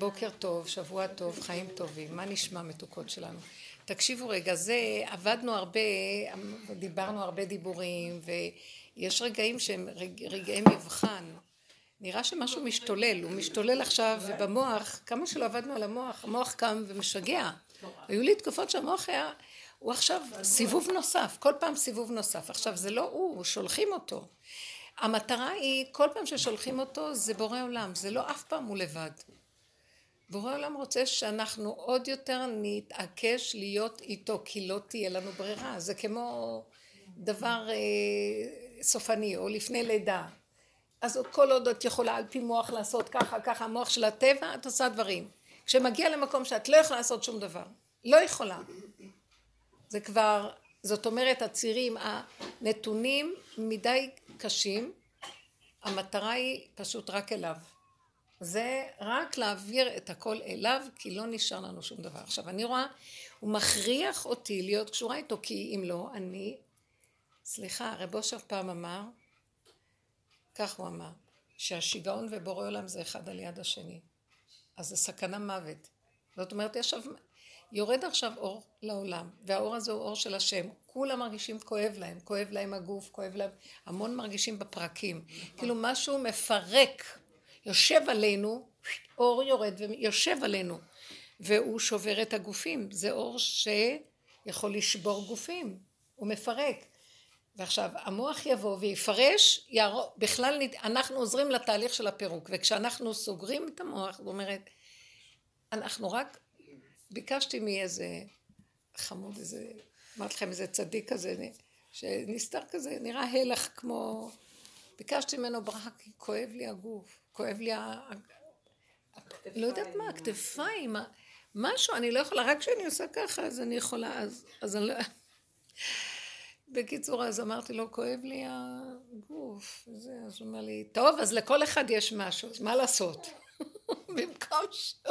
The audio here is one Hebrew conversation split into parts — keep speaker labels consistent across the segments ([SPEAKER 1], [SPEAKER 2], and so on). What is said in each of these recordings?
[SPEAKER 1] בוקר טוב, שבוע טוב, חיים טובים. מה נשמע מתוקות שלנו? תקשיבו רגע, זה עבדנו הרבה, דיברנו הרבה דיבורים, ויש רגעים שהם רגעי מבחן. נראה שמשהו משתולל, הוא משתולל עכשיו, ובמוח, כמה שלא עבדנו על המוח, המוח קם ומשגע. היו לי תקופות שהמוח היה, הוא עכשיו סיבוב נוסף, כל פעם סיבוב נוסף. עכשיו זה לא הוא, שולחים אותו. המטרה היא, כל פעם ששולחים אותו, זה בורא עולם, זה לא אף פעם הוא לבד. בורא עולם רוצה שאנחנו עוד יותר נתעקש להיות איתו, כי לא תהיה לנו ברירה. זה כמו דבר סופני, או לפני לידה. אז כל עוד את יכולה על פי מוח לעשות ככה, ככה, המוח של הטבע, את עושה דברים. כשמגיע למקום שאת לא יכולה לעשות שום דבר, לא יכולה. זה כבר, זאת אומרת, הצירים, הנתונים מדי קשים, המטרה היא פשוט רק אליו. זה רק להעביר את הכל אליו, כי לא נשאר לנו שום דבר. עכשיו, אני רואה, הוא מכריח אותי להיות קשורה איתו, כי אם לא, סליחה, רב אושר פעם אמר, כך הוא אמר, שהשיגעון ובורא עולם זה אחד על יד השני. אז זה סכנה מוות. זאת אומרת, יורד עכשיו אור לעולם, והאור הזה הוא אור של השם. כולם מרגישים כואב להם הגוף, כואב להם, המון מרגישים בפרקים. כאילו משהו מפרק, יושב עלינו, אור יורד ויושב עלינו, והוא שובר את הגופים. זה אור שיכול לשבור גופים, הוא מפרק. ועכשיו, המוח יבוא ויפרש, בכלל אנחנו עוזרים לתהליך של הפירוק, וכשאנחנו סוגרים את המוח, זאת אומרת, אנחנו רק, ביקשתי מאיזה חמוד, אמרתי לכם איזה צדיק כזה, שנסתר כזה, נראה הלך כמו, ביקשתי ממנו ברכה, כי כואב לי הגוף, כואב לי, לא יודעת מה, הכתפיים, משהו, אני לא יכולה, רק כשאני עושה ככה, אז אני יכולה, אז אני לא... בקיצור, אז אמרתי לו, כואב לי הגוף, אז הוא אומר לי, טוב, אז לכל אחד יש משהו, אז מה לעשות? במקום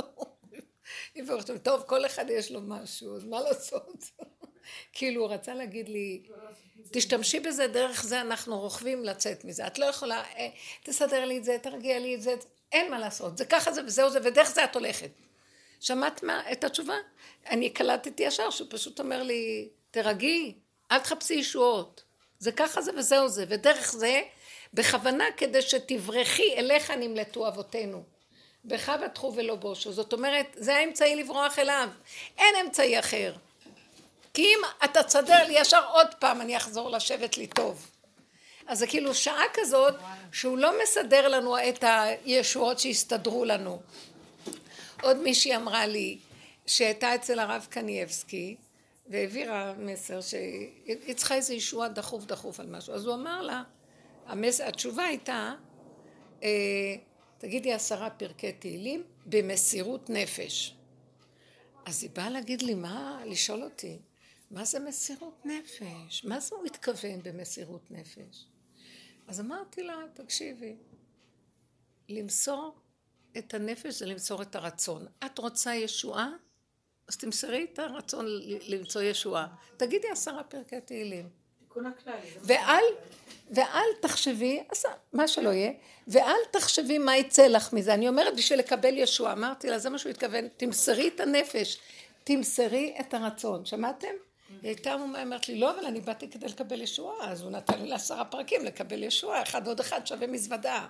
[SPEAKER 1] שהוא, טוב, כל אחד יש לו משהו, אז מה לעשות? כאילו, הוא רצה להגיד לי, תשתמשי בזה, דרך זה אנחנו רוכבים לצאת מזה, את לא יכולה, תסדר לי את זה, תרגיע לי את זה, אין מה לעשות, זה ככה זה וזהו זה, ודרך זה את הולכת. שמעת את התשובה? אני קלטתי ישר, שהוא פשוט אומר לי, תרגי, אל תחפשי ישועות, זה ככה זה וזהו זה, ודרך זה, בכוונה כדי שתברכי אליך נמלטו אבותינו. בך בטחו ולא בושו, זאת אומרת, זה האמצעי לברוח אליו, אין אמצעי אחר. כי אם אתה תסדר לי ישר עוד פעם, אני אחזור לשבת לי טוב. אז זה כאילו שעה כזאת, שהוא לא מסדר לנו את הישועות שהסתדרו לנו. עוד מישהי אמרה לי, שהייתה אצל הרב קניאבסקי, והעבירה מסר שהיא צריכה איזו ישועה דחוף על משהו. אז הוא אמר לה, התשובה הייתה, תגידי 10 פרקי תהילים במסירות נפש. אז היא באה להגיד לי, לשאול אותי, מה זה מסירות נפש? מה זה הוא מתכוון במסירות נפש? אז אמרתי לה, תקשיבי, למסור את הנפש זה למסור את הרצון. את רוצה ישועה? אז תמסרי את הרצון למצוא ישועה. תגידי 10 פרקי תהילים.
[SPEAKER 2] תיקון הכללי.
[SPEAKER 1] ואל תחשבי, מה שלא יהיה, ואל תחשבי מה יצא לך מזה. אני אומרת בשביל לקבל ישועה. אמרתי לה, זה מה שהוא התכוון, תמסרי את הנפש, תמסרי את הרצון. שמעתם? היא הייתה אומרת לי, לא, אבל אני באתי כדי לקבל ישועה. אז הוא נתן לי 10 פרקים לקבל ישועה, 1 ועוד 1 שווה מזוודה.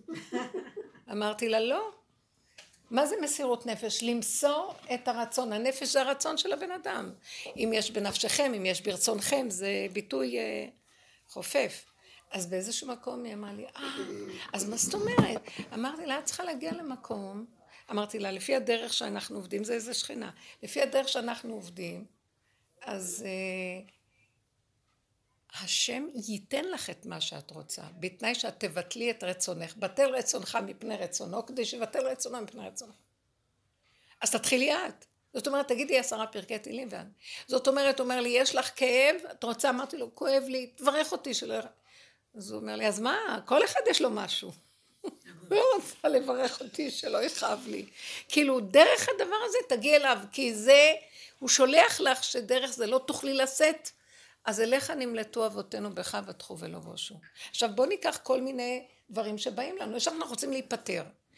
[SPEAKER 1] אמרתי לה, לא. מה זה מסירות נפש? למסור את הרצון. הנפש זה הרצון של הבן אדם. אם יש בנפשכם, אם יש ברצונכם, זה ביטוי חופף. אז באיזשהו מקום היא אמרה לי, אז מה זאת אומרת? אמרתי לה, את צריכה להגיע למקום. אמרתי לה, לפי הדרך שאנחנו עובדים, זה איזה שכנה. לפי הדרך שאנחנו עובדים, אז השם ייתן לך את מה שאת רוצה, בתנאי שאת תבטלי את רצונך, בטל רצונך מפני רצונו, כדי שבטל רצונו מפני רצונך. אז תתחילי את. זאת אומרת, תגידי 10 פרקי תהילים ואני. זאת אומרת, הוא אומר לי, יש לך כאב? את רוצה? אמרתי לו, כואב לי, תברך אותי שלא... אז הוא אומר לי, אז מה? כל אחד יש לו משהו. לא רוצה לברך אותי שלא יכאב לי. כאילו, דרך הדבר הזה תגיע אליו, כי זה, הוא שולח לך שדרך זה לא תוכלי לשאת, אז אליך נמלטו אבותינו בך בטחו ולא בושו. עכשיו בוא ניקח כל מיני דברים שבאים לנו, יש אנחנו רוצים להיפטר.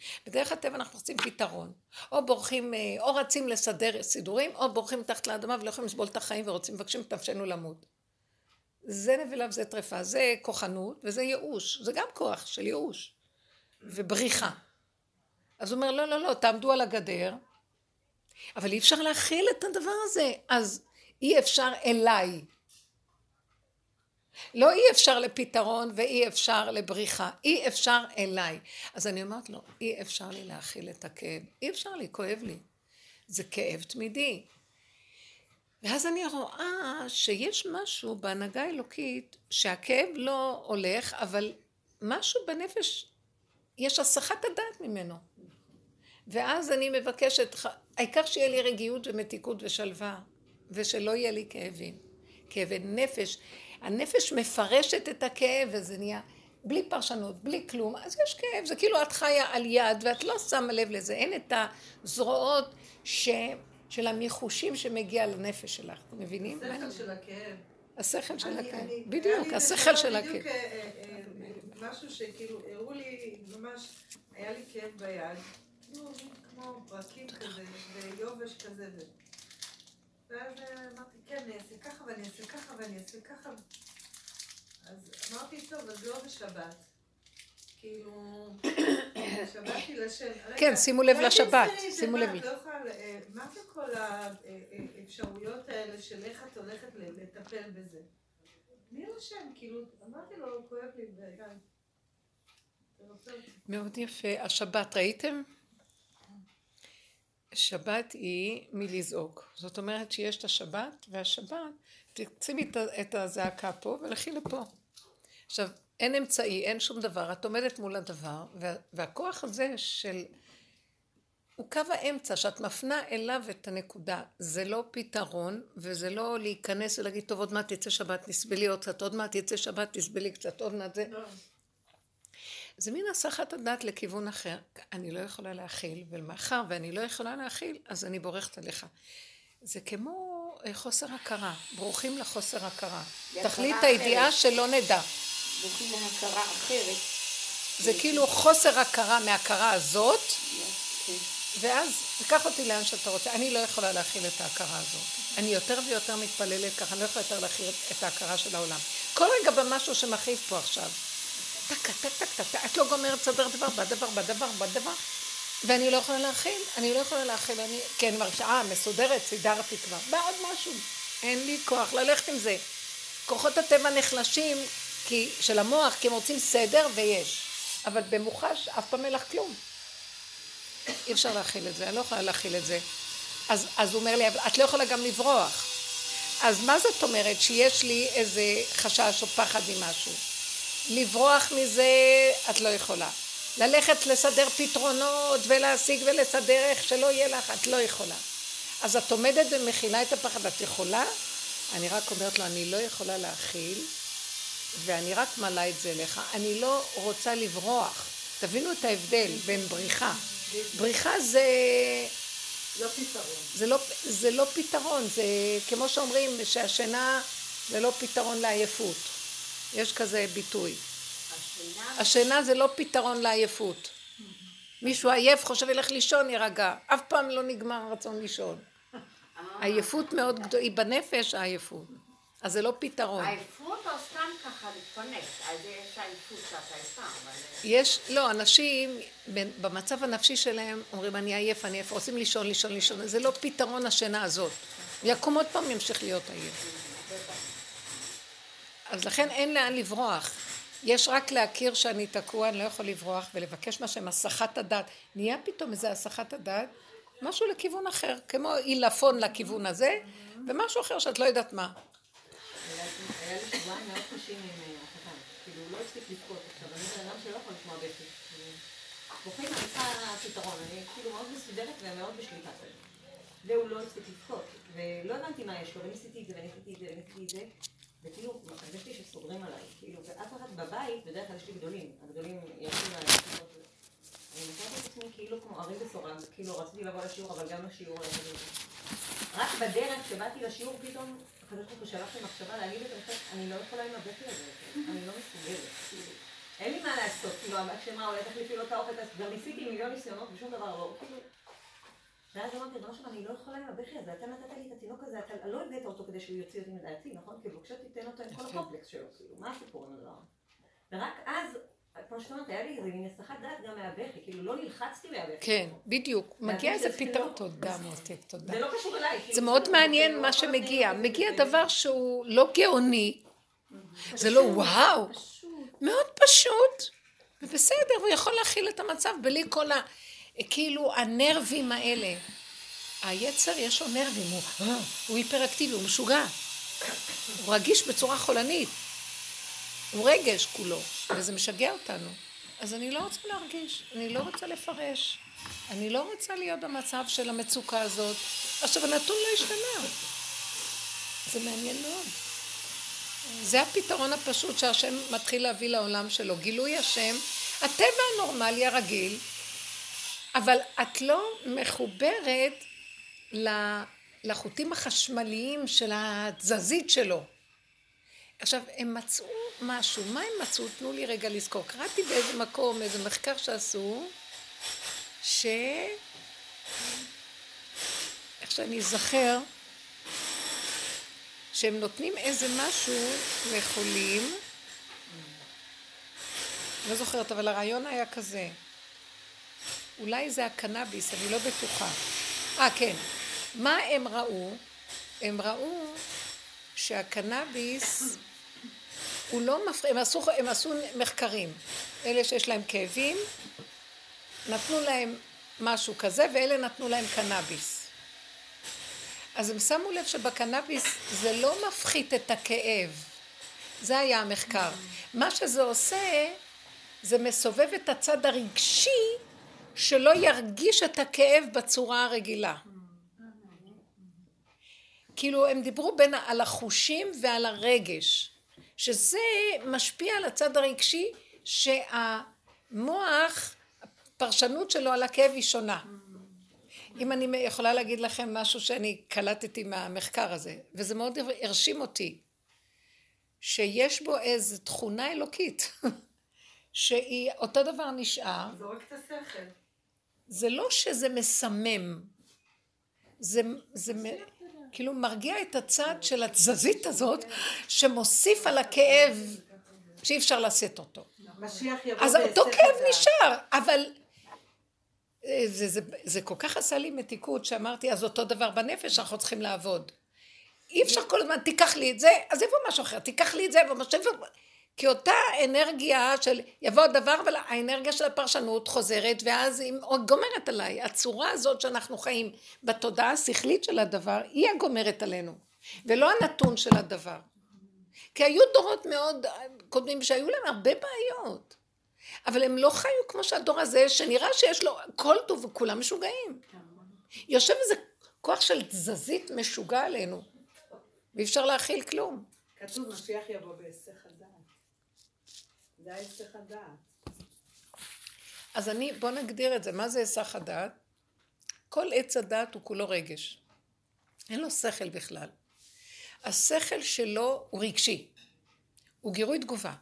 [SPEAKER 1] בדרך הטבע אנחנו רוצים פתרון. או בורחים, או רצים לסדר סידורים, או בורחים תחת לאדמה ולא יכולים לסבול את החיים ורוצים, מבקשים את נפשנו למות. זה נבלה וזה טרפה, זה כוחנות וזה ייאוש, זה גם כוח של ייאוש ובריחה. אז הוא אומר, לא, לא, לא, תעמדו על הגדר, אבל אי אפשר להכיל את הדבר הזה, אז אי אפשר אליי. לא אי אפשר לפתרון ואי אפשר לבריחה, אי אפשר אליי. אז אני אומרת לו, אי אפשר לי להכיל את הכאב, אי אפשר לי, כואב לי. זה כאב תמידי. ואז אני רואה שיש משהו בהנהגה האלוקית, שהכאב לא הולך, אבל משהו בנפש, יש הסחת הדעת ממנו. ואז אני מבקשת, העיקר שיהיה לי רגיעות ומתיקות ושלווה, ושלא יהיה לי כאבים. כאבי נפש. הנפש מפרשת את הכאב, וזה נהיה בלי פרשנות, בלי כלום. אז יש כאב, זה כאילו את חיה על יד, ואת לא שמה לב לזה. אין את הזרועות של המיחושים שמגיע לנפש שלך. אתם מבינים?
[SPEAKER 2] השכל של הכאב.
[SPEAKER 1] השכל של הכאב. בדיוק, השכל של הכאב.
[SPEAKER 2] בדיוק משהו שכאילו, הראו לי ממש, היה לי כאב ביד. כמו ברקים כזה, ויובש כזה. ואז אמרתי, כן, אני אעשה ככה ואני אעשה ככה ואני אעשה ככה. אז אמרתי, טוב, אז לא בשבת. כאילו, שבתי לשם.
[SPEAKER 1] כן, שימו לב לשבת, שימו לב.
[SPEAKER 2] מה זה כל האפשרויות האלה של איך את הולכת לטפל בזה? מי לשם? כאילו, אמרתי לו, כואב לי וגם.
[SPEAKER 1] מאוד יפה. השבת, ראיתם? שבת היא מלזעוק. זאת אומרת שיש את השבת, והשבת, תשימי את הזעקה פה ולכי לפה. עכשיו, אין אמצעי, אין שום דבר, את עומדת מול הדבר, והכוח הזה של... הוא קו האמצע, שאת מפנה אליו את הנקודה. זה לא פתרון, וזה לא להיכנס ולהגיד, טוב, עוד מעט תצא שבת, נסבלי עוד קצת, עוד מעט תצא שבת, תסבלי קצת, עוד מעט זה... זה מין הסחת הדעת לכיוון אחר. אני לא יכולה להכיל, ולמאחר ואני לא יכולה להכיל, אז אני בורכת עליך. זה כמו חוסר הכרה, ברוכים לחוסר הכרה. תכלית הידיעה שלא נדע.
[SPEAKER 3] ברוכים להכרה אחרת.
[SPEAKER 1] זה כאילו חוסר הכרה מההכרה הזאת, ואז תיקח אותי לאן שאתה רוצה. אני לא יכולה להכיל את ההכרה הזאת. אני יותר ויותר מתפללת ככה, אני לא יכולה יותר להכיל את ההכרה של העולם. כל רגע במשהו שמחריף פה עכשיו. את לא גומרת סדר בדבר, ואני לא יכולה להכיל, כי אני מרגישה, מסודרת, סידרתי כבר, בא עוד משהו, אין לי כוח ללכת עם זה. כוחות הטבע נחלשים של המוח, כי הם רוצים סדר ויש, אבל במוחש אף פעם אין לך כלום. אי אפשר להכיל את זה, אני לא יכולה להכיל את זה. אז הוא אומר לי, את לא יכולה גם לברוח. אז מה זאת אומרת שיש לי איזה חשש או פחד ממשהו? לברוח מזה את לא יכולה. ללכת לסדר פתרונות ולהשיג ולסדר איך שלא יהיה לך, את לא יכולה. אז את עומדת ומכילה את הפחד, את יכולה? אני רק אומרת לו, אני לא יכולה להכיל, ואני רק מעלה את זה לך. אני לא רוצה לברוח. תבינו את ההבדל בין בריחה. בריחה זה...
[SPEAKER 2] לא פתרון.
[SPEAKER 1] זה לא פתרון, זה כמו שאומרים שהשינה זה לא פתרון לעייפות. יש כזה ביטוי. השינה זה לא פתרון לעייפות. מישהו עייף חושב ילך לישון ירגע. אף פעם לא נגמר הרצון לישון. עייפות מאוד גדולה, היא בנפש העייפות. אז זה לא פתרון.
[SPEAKER 3] עייפות או סתם ככה להתפנק? אז יש עייפות שאתה עייפה, אבל...
[SPEAKER 1] יש, לא, אנשים במצב הנפשי שלהם אומרים אני עייף, רוצים לישון. זה לא פתרון השינה הזאת. יקום עוד פעם ימשיך להיות עייף. אז לכן אין לאן לברוח. יש רק להכיר שאני תקוע, אני לא יכול לברוח ולבקש מה שהם הסחת הדעת. נהיה פתאום איזה הסחת הדעת, משהו לכיוון אחר, כמו אילפון לכיוון הזה, ומשהו אחר שאת לא יודעת מה.
[SPEAKER 4] היה לי שבועיים מאוד קשים עם החתן, כאילו הוא לא הספיק לבכות, עכשיו אני בן אדם שלא יכול לשמוע בכי. בוכים אני צריכה פתרון, אני כאילו מאוד מסודרת ומאוד בשליטה. והוא לא הספיק לבכות, ולא הבנתי מה יש לו, וניסיתי את זה, וכאילו, הרגשתי שסוגרים עליי, כאילו, ואף אחד בבית, בדרך כלל יש לי גדולים, הגדולים יעשו עליי, אני נתתי את עצמי כאילו כמו ערים בסורג, כאילו רציתי לבוא לשיעור, אבל גם לשיעור לא ידעתי. רק בדרך שבאתי לשיעור פתאום, הקדוש ברוך הוא שלח לי מחשבה להגיד את זה, אני לא יכולה עם הבכי הזה, אני לא מסוגלת, כאילו, אין לי מה לעשות, כאילו, הבת שאמרה, אולי תחליפי לו את האוכל, אז כבר ניסיתי מיליון ניסיונות ושום דבר לא, כאילו. ואז אמרתי, דבר שם, אני לא יכולה עם הבכי הזה, אתה נתת לי את התינוק הזה, אתה לא הבאת אותו כדי שהוא יוציא אותי מדעתי, נכון? כאילו, כשתיתן אותו עם כל הקומפלקס שלו, כאילו, מה הסיפור עם הדבר? ורק אז, כמו שאתה אומרת, היה לי איזה מין הסחת דעת גם מהבכי, כאילו, לא נלחצתי מהבכי.
[SPEAKER 1] כן, בדיוק. מגיע איזה פתאום, תודה מותק, תודה.
[SPEAKER 4] זה לא קשור אליי.
[SPEAKER 1] זה מאוד מעניין מה שמגיע. מגיע דבר שהוא לא גאוני, זה לא וואו, מאוד פשוט, ובסדר, הוא יכול להכיל את המצב בלי כל כאילו הנרבים האלה. היצר יש לו נרבים, הוא היפראקטיבי, הוא משוגע, הוא רגיש בצורה חולנית, הוא רגש כולו, וזה משגע אותנו. אז אני לא רוצה להרגיש, אני לא רוצה לפרש, אני לא רוצה להיות במצב של המצוקה הזאת. עכשיו הנתון לא השתנה, זה מעניין מאוד. זה הפתרון הפשוט שהשם מתחיל להביא לעולם שלו, גילוי השם, הטבע הנורמלי הרגיל, אבל את לא מחוברת לחוטים החשמליים של התזזית שלו. עכשיו, הם מצאו משהו, מה הם מצאו? תנו לי רגע לזכור. קראתי באיזה מקום, איזה מחקר שעשו, איך שאני אזכר, שהם נותנים איזה משהו לחולים, לא זוכרת, אבל הרעיון היה כזה. אולי זה הקנאביס, אני לא בטוחה. כן. מה הם ראו? הם ראו שהקנאביס הוא לא מפריע, הם עשו מחקרים. אלה שיש להם כאבים, נתנו להם משהו כזה, ואלה נתנו להם קנאביס. אז הם שמו לב שבקנאביס זה לא מפחית את הכאב. זה היה המחקר. מה שזה עושה, זה מסובב את הצד הרגשי, שלא ירגיש את הכאב בצורה הרגילה. כאילו הם דיברו על החושים ועל הרגש, שזה משפיע על הצד הרגשי, שהמוח, הפרשנות שלו על הכאב היא שונה. אם אני יכולה להגיד לכם משהו שאני קלטתי מהמחקר הזה, וזה מאוד הרשים אותי, שיש בו איזו תכונה אלוקית, שהיא אותו דבר נשאר.
[SPEAKER 2] זורק את השכל.
[SPEAKER 1] זה לא שזה מסמם, זה כאילו מרגיע את הצד של התזזית הזאת, שמוסיף על הכאב שאי אפשר לשאת אותו. אז אותו כאב נשאר, אבל זה כל כך עשה לי מתיקות שאמרתי, אז אותו דבר בנפש אנחנו צריכים לעבוד. אי אפשר כל הזמן, תיקח לי את זה, אז יבוא משהו אחר, תיקח לי את זה, כי אותה אנרגיה של יבוא דבר, אבל האנרגיה של הפרשנות חוזרת, ואז היא גומרת עליי. הצורה הזאת שאנחנו חיים בתודעה השכלית של הדבר, היא הגומרת עלינו, ולא הנתון של הדבר. כי היו דורות מאוד קודמים שהיו להם הרבה בעיות, אבל הם לא חיו כמו שהדור הזה, שנראה שיש לו כל טוב וכולם משוגעים. יושב איזה כוח של תזזית משוגע עלינו, ואי אפשר להכיל כלום.
[SPEAKER 2] כתוב משיח יבוא בהיסח הדעת. זה ההיסח הדעת.
[SPEAKER 1] אז בוא נגדיר את זה, מה זה היסח הדעת? כל עץ הדעת הוא כולו רגש. אין לו שכל בכלל. השכל שלו הוא רגשי. הוא גירוי תגובה.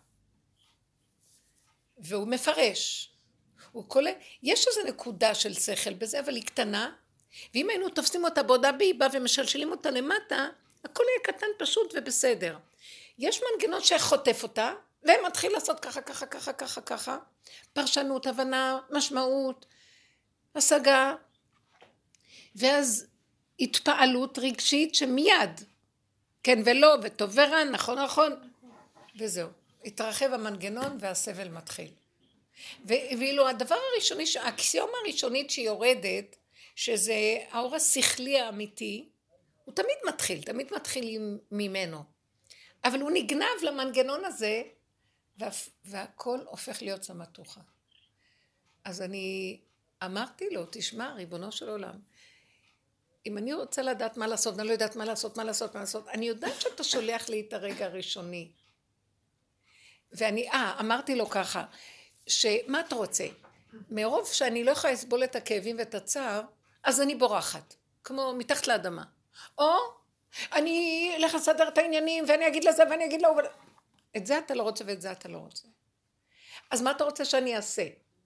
[SPEAKER 1] והוא מפרש. יש איזו נקודה של שכל בזה, אבל היא קטנה, ואם היינו תופסים אותה בעודה ביבה ומשלשלים אותה למטה, הכל יהיה קטן פשוט ובסדר. יש מנגנון שחוטף אותה, והם מתחיל לעשות ככה, ככה, ככה, ככה, ככה. פרשנות, הבנה, משמעות, השגה, ואז התפעלות רגשית שמיד, כן ולא, וטוב ורע, נכון, נכון, וזהו. התרחב המנגנון והסבל מתחיל. ואילו הדבר הראשוני, האקסיומה הראשונית שיורדת, שזה האור השכלי האמיתי, הוא תמיד מתחיל ממנו. אבל הוא נגנב למנגנון הזה, והכל הופך להיות סמטוחה. אז אני אמרתי לו, תשמע, ריבונו של עולם, אם אני רוצה לדעת מה לעשות, אני לא יודעת מה לעשות, אני יודעת שאתה שולח לי את הרגע הראשוני. ואני, אמרתי לו ככה, שמה אתה רוצה? מרוב שאני לא יכולה לסבול את הכאבים ואת הצער, אז אני בורחת, כמו מתחת לאדמה. או אני אלך לסדר את העניינים, ואני אגיד לזה ואני אגיד לו, את זה אתה לא רוצה ואת זה אתה לא רוצה. אז מה אתה רוצה שאני אעשה?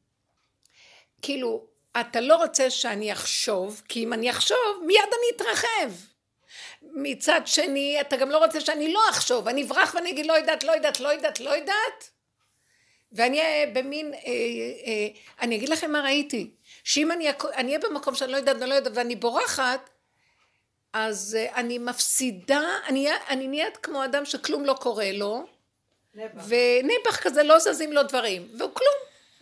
[SPEAKER 1] כאילו, אתה לא רוצה שאני אחשוב, כי אם אני אחשוב, מיד אני אתרחב. מצד שני, אתה גם לא רוצה שאני לא אחשוב, אני אברח ואני אגיד לא יודעת, ואני אהיה במין, אני אגיד לכם מה ראיתי, שאם אני אהיה במקום שאני לא יודעת ואני בורחת, אז אני מפסידה, אני נהיית כמו אדם שכלום לא קורה לו, ונבח כזה לא זזים לו דברים, והוא כלום.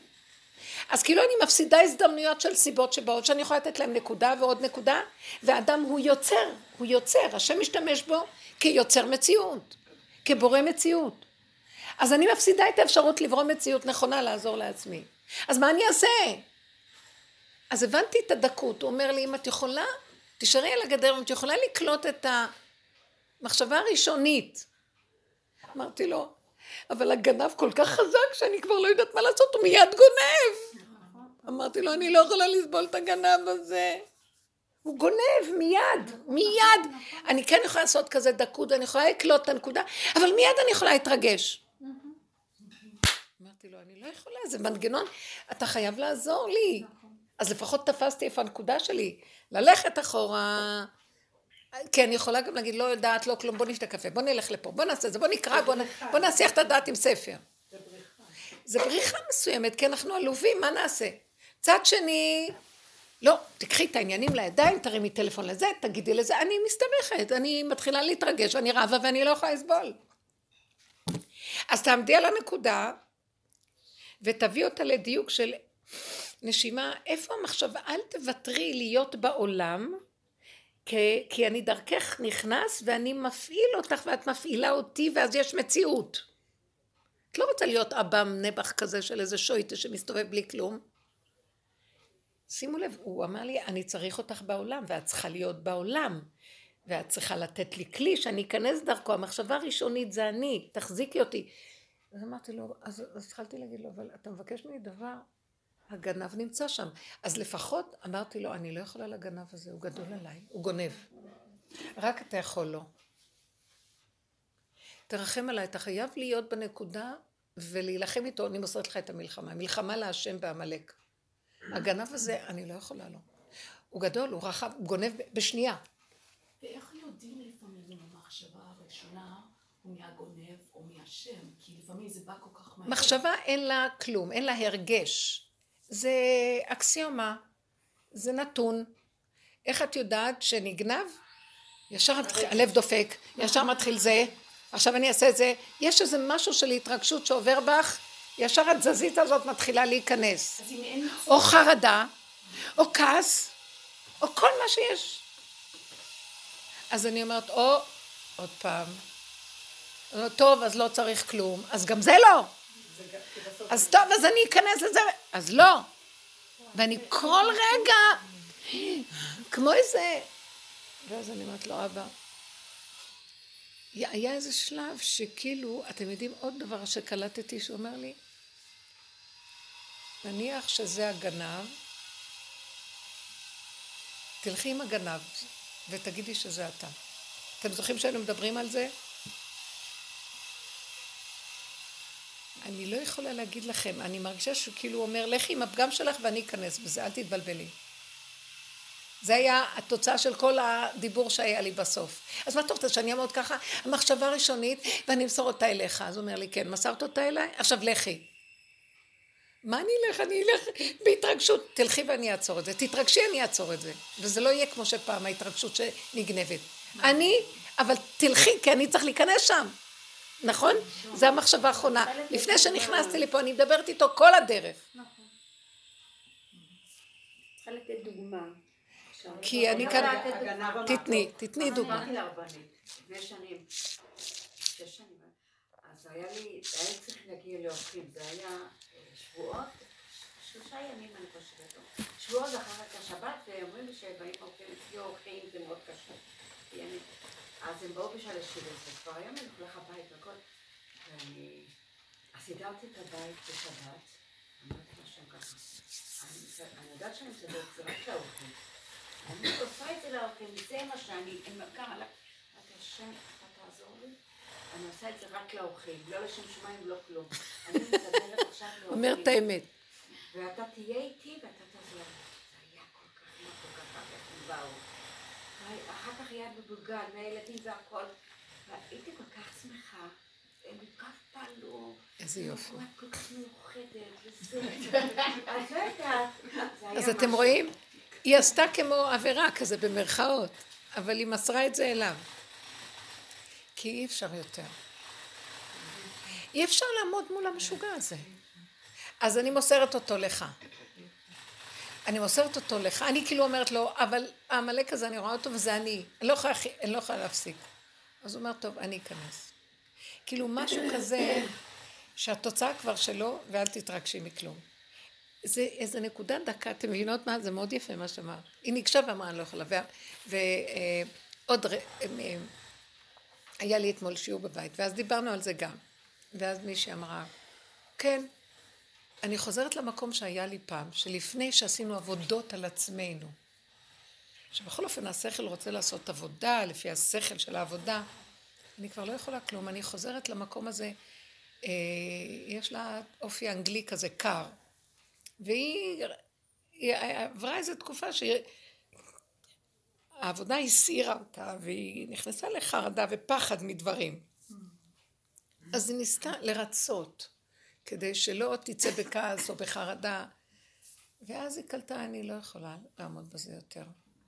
[SPEAKER 1] אז כאילו אני מפסידה הזדמנויות של סיבות שבאות, שאני יכולה לתת להם נקודה ועוד נקודה, והאדם הוא יוצר, השם משתמש בו כיוצר מציאות, כבורא מציאות. אז אני מפסידה את האפשרות לברוא מציאות נכונה לעזור לעצמי. אז מה אני אעשה? אז הבנתי את הדקות, הוא אומר לי, אם את יכולה, תשארי על הגדר, אם את יכולה לקלוט את המחשבה הראשונית. אמרתי לו, אבל הגנב כל כך חזק שאני כבר לא יודעת מה לעשות, הוא מיד גונב. אמרתי לו, אני לא יכולה לסבול את הגנב הזה. הוא גונב מיד. אני כן יכולה לעשות כזה דקות, אני יכולה לקלוט את הנקודה, אבל מיד אני יכולה להתרגש. אמרתי לו, אני לא יכולה, זה מנגנון, אתה חייב לעזור לי. אז לפחות תפסתי איפה הנקודה שלי, ללכת אחורה, כי אני יכולה גם להגיד, לא יודעת, לא כלום, בוא נשתה קפה, בוא נלך לפה, בוא נעשה זה, בוא נקרא, בוא נעשיח את הדעת עם ספר. זה בריחה מסוימת, כי אנחנו עלובים, מה נעשה? צד שני, לא, תקחי את העניינים לידיים, תרימי טלפון לזה, תגידי לזה, אני מסתבכת, אני מתחילה להתרגש, אני רבה ואני לא יכולה לסבול. אז תעמדי על הנקודה, ותביא אותה לדיוק של נשימה, איפה המחשבה? אל תוותרי להיות בעולם, כי אני דרכך נכנס, ואני מפעיל אותך, ואת מפעילה אותי, ואז יש מציאות. את לא רוצה להיות אב"ם נבח כזה של איזה שויטה שמסתובב בלי כלום. שימו לב, הוא אמר לי, אני צריך אותך בעולם, ואת צריכה להיות בעולם, ואת צריכה לתת לי כלי שאני אכנס דרכו, המחשבה הראשונית זה אני, תחזיקי אותי. אז אמרתי לו, אז התחלתי להגיד לו, אבל אתה מבקש ממני דבר, הגנב נמצא שם. אז לפחות אמרתי לו, אני לא יכולה לגנב הזה, הוא גדול עליי, הוא גונב. רק אתה יכול לו. תרחם עליי, אתה חייב להיות בנקודה ולהילחם איתו, אני מוסרת לך את המלחמה, מלחמה להשם בעמלק. הגנב הזה, אני לא יכולה לו. הוא גדול, הוא רחב, הוא גונב בשנייה.
[SPEAKER 5] ואיך יודעים לפעמים אם המחשבה הראשונה הוא מהגונב או מהשם? כי לפעמים זה בא כל כך מהר.
[SPEAKER 1] מחשבה אין לה כלום, אין לה הרגש. זה אקסיומה, זה נתון. איך את יודעת שנגנב? ישר הלב דופק, ישר מתחיל זה, עכשיו אני אעשה את זה. יש איזה משהו של התרגשות שעובר בך, ישר התזזית הזאת מתחילה להיכנס. או חרדה, או כעס, או כל מה שיש. אז אני אומרת, עוד פעם. טוב, אז לא צריך כלום. אז גם זה לא. אז טוב, אז אני אכנס לזה. אז לא. ואני כל רגע, כמו איזה... ואז אני אומרת לו, אבא, היה איזה שלב שכאילו, אתם יודעים עוד דבר שקלטתי שאומר לי, נניח שזה הגנב, תלכי עם הגנב ותגידי שזה אתה. אתם זוכרים שהיינו מדברים על זה? אני לא יכולה להגיד לכם, אני מרגישה שכאילו הוא אומר, לכי עם הפגם שלך ואני אכנס בזה, אל תתבלבלי. זה היה התוצאה של כל הדיבור שהיה לי בסוף. אז מה טוב, שאני אעמוד ככה, המחשבה הראשונית, ואני אמסור אותה אליך. אז הוא אומר לי, כן, מסרת אותה אליי? עכשיו לכי. מה אני אלך? אני אלך בהתרגשות. תלכי ואני אעצור את זה. תתרגשי, אני אעצור את זה. וזה לא יהיה כמו שפעם, ההתרגשות שנגנבת. אבל תלכי, כי אני צריך להיכנס שם. נכון? זה המחשבה האחרונה. לפני שנכנסתי לפה, אני מדברת איתו כל הדרך.
[SPEAKER 3] נכון. צריכה לתת דוגמה.
[SPEAKER 1] כי אני כאן... תתני דוגמה.
[SPEAKER 3] הלכתי לרבנית, לפני שנים, 6 שנים, אז היה צריך להגיע לאורחים, זה היה שבועות, 3 ימים אני חושבת, שבועות אחר השבת, ואומרים לי שבאים אורחים, זה מאוד קשה. אז הם באו בשביל השיר הזה, כבר היום אני הולך הבית וכל, ואני סידרתי את הבית בשבת, אמרתי משהו ככה, אני יודעת שאני מסדרת, זה רק לאורחים. אני עושה את זה לאורחים, זה מה שאני, הם ככה, אתה השם, אתה תעזור לי, אני עושה את זה רק לאורחים, לא לשם שמיים, לא כלום. אני מסדרת עכשיו לאורחים.
[SPEAKER 1] אומר את האמת.
[SPEAKER 3] ואתה תהיה איתי ואתה תעזור. זה היה כל כך הם באו. אחר כך היה בבולגן, מהילדים והכל. והייתי כל כך שמחה. הם כל כך פעלו.
[SPEAKER 1] איזה יופי.
[SPEAKER 3] את כל כך מיוחדת וזה. אז לא יודעת.
[SPEAKER 1] אז אתם רואים? היא עשתה כמו עבירה כזה במרכאות, אבל היא מסרה את זה אליו. כי אי אפשר יותר. אי אפשר לעמוד מול המשוגע הזה. אז אני מוסרת אותו לך. אני כאילו אומרת לו, אבל המלאק הזה אני רואה אותו וזה אני לא יכולה להפסיק. אז הוא אומר, טוב, אני אכנס. כאילו משהו כזה, שהתוצאה כבר שלו, ואל תתרגשי מכלום. זה איזה נקודה דקה, אתם מבינות מה? זה מאוד יפה מה שאמר. היא ניגשה ואמרה, אני לא יכולה. ועוד, היה לי אתמול שיעור בבית, ואז דיברנו על זה גם. ואז מישהי אמרה, כן, אני חוזרת למקום שהיה לי פעם, שלפני שעשינו עבודות על עצמנו, שבכל אופן השכל רוצה לעשות עבודה, לפי השכל של העבודה, אני כבר לא יכולה כלום, אני חוזרת למקום הזה, יש לה אופי אנגלי כזה קר, והיא עברה איזו תקופה שהעבודה הסעירה אותה, והיא נכנסה לחרדה ופחד מדברים. אז היא ניסתה לרצות, כדי שלא תצא בכעס או בחרדה, ואז היא קלטה, אני לא יכולה לעמוד בזה יותר.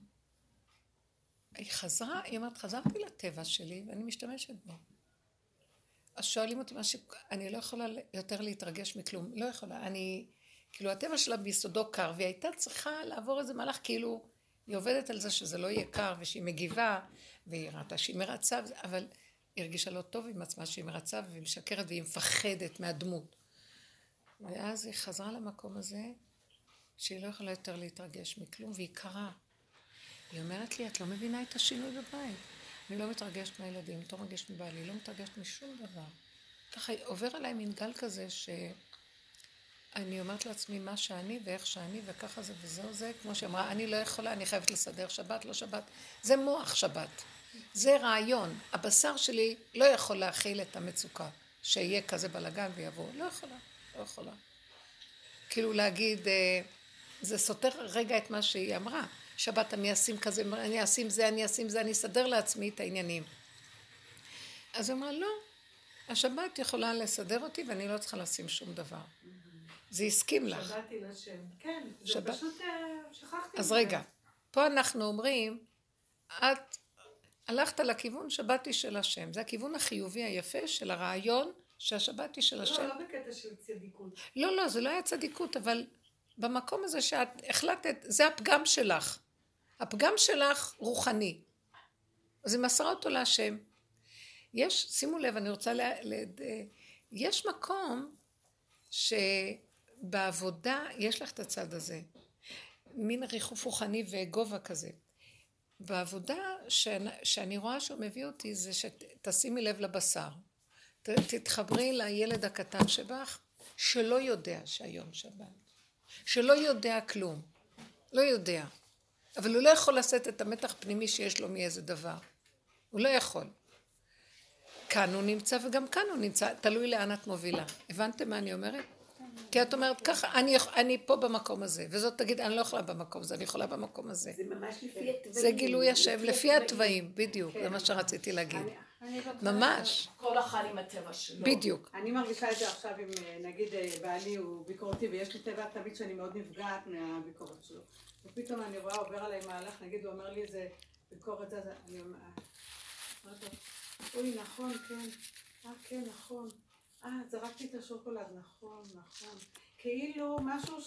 [SPEAKER 1] היא אומרת, חזרתי לטבע שלי, ואני משתמשת בו. אז שואלים אותי אני לא יכולה יותר להתרגש מכלום, לא יכולה, כאילו הטבע שלה ביסודו קר, והיא הייתה צריכה לעבור איזה מהלך, כאילו היא עובדת על זה שזה לא יהיה קר, ושהיא מגיבה, והיא ראתה שהיא מרצה, אבל היא הרגישה לא טוב עם עצמה שהיא מרצה, והיא משקרת, והיא מפחדת מהדמות. ואז היא חזרה למקום הזה, שהיא לא יכולה יותר להתרגש מכלום, והיא קרה. היא אומרת לי, את לא מבינה את השינוי בבית. אני לא מתרגשת מהילדים, לא מתרגשת מבעלי, לא מתרגשת משום דבר. ככה עובר עליי מין גל כזה שאני אומרת לעצמי מה שאני ואיך שאני וככה זה וזהו זה, כמו שאמרה, אני לא יכולה, אני חייבת לסדר שבת, לא שבת. זה מוח שבת, זה רעיון. הבשר שלי לא יכול להכיל את המצוקה, שיהיה כזה בלגן ויבוא. לא יכולה. כאילו להגיד, זה סותר רגע את מה שהיא אמרה. שבת אני אשים כזה, אני אשים זה, אני אסדר לעצמי את העניינים. אז היא אמרה, לא, השבת יכולה לסדר אותי ואני לא צריכה לשים שום דבר. זה הסכים לך.
[SPEAKER 2] שבאתי לשם, כן, זה פשוט שכחתי.
[SPEAKER 1] אז רגע, פה אנחנו אומרים, את הלכת לכיוון שבתי של השם, זה הכיוון החיובי היפה של הרעיון שהשבת היא של השם.
[SPEAKER 2] לא בקטע של צדיקות.
[SPEAKER 1] לא, זה לא היה צדיקות, אבל במקום הזה שאת החלטת, זה הפגם שלך. הפגם שלך רוחני. אז היא מסרה אותו להשם. שימו לב, אני רוצה יש מקום שבעבודה יש לך את הצד הזה. מין ריחוף רוחני וגובה כזה. בעבודה שאני רואה שהוא מביא אותי זה שתשימי לב לבשר. תתחברי לילד הקטן שבך שלא יודע שהיום שבת. שלא יודע כלום. לא יודע. אבל הוא לא יכול לשאת את המתח פנימי שיש לו מאיזה דבר. הוא לא יכול. כאן הוא נמצא וגם כאן הוא נמצא. תלוי לאן את מובילה. הבנתם מה אני אומרת? כי את אומרת ככה, אני פה במקום הזה. וזאת תגיד, אני לא יכולה במקום הזה, אני יכולה במקום הזה.
[SPEAKER 3] זה ממש לפי התוואים.
[SPEAKER 1] זה גילוי השם, לפי התוואים. בדיוק, זה מה שרציתי להגיד. ממש.
[SPEAKER 5] כל אחד עם הטבע שלו.
[SPEAKER 1] בדיוק.
[SPEAKER 6] אני מרגישה את זה עכשיו עם, נגיד, בעלי הוא ביקורתי, ויש לי טבע תמיד שאני מאוד נפגעת מהביקורת שלו. ופתאום אני רואה, עובר עליי מהלך, נגיד, הוא אומר לי איזה ביקורת, אני אומרת, אוי, נכון, כן, כן, נכון, זרקתי את השוקולד, נכון, כאילו משהו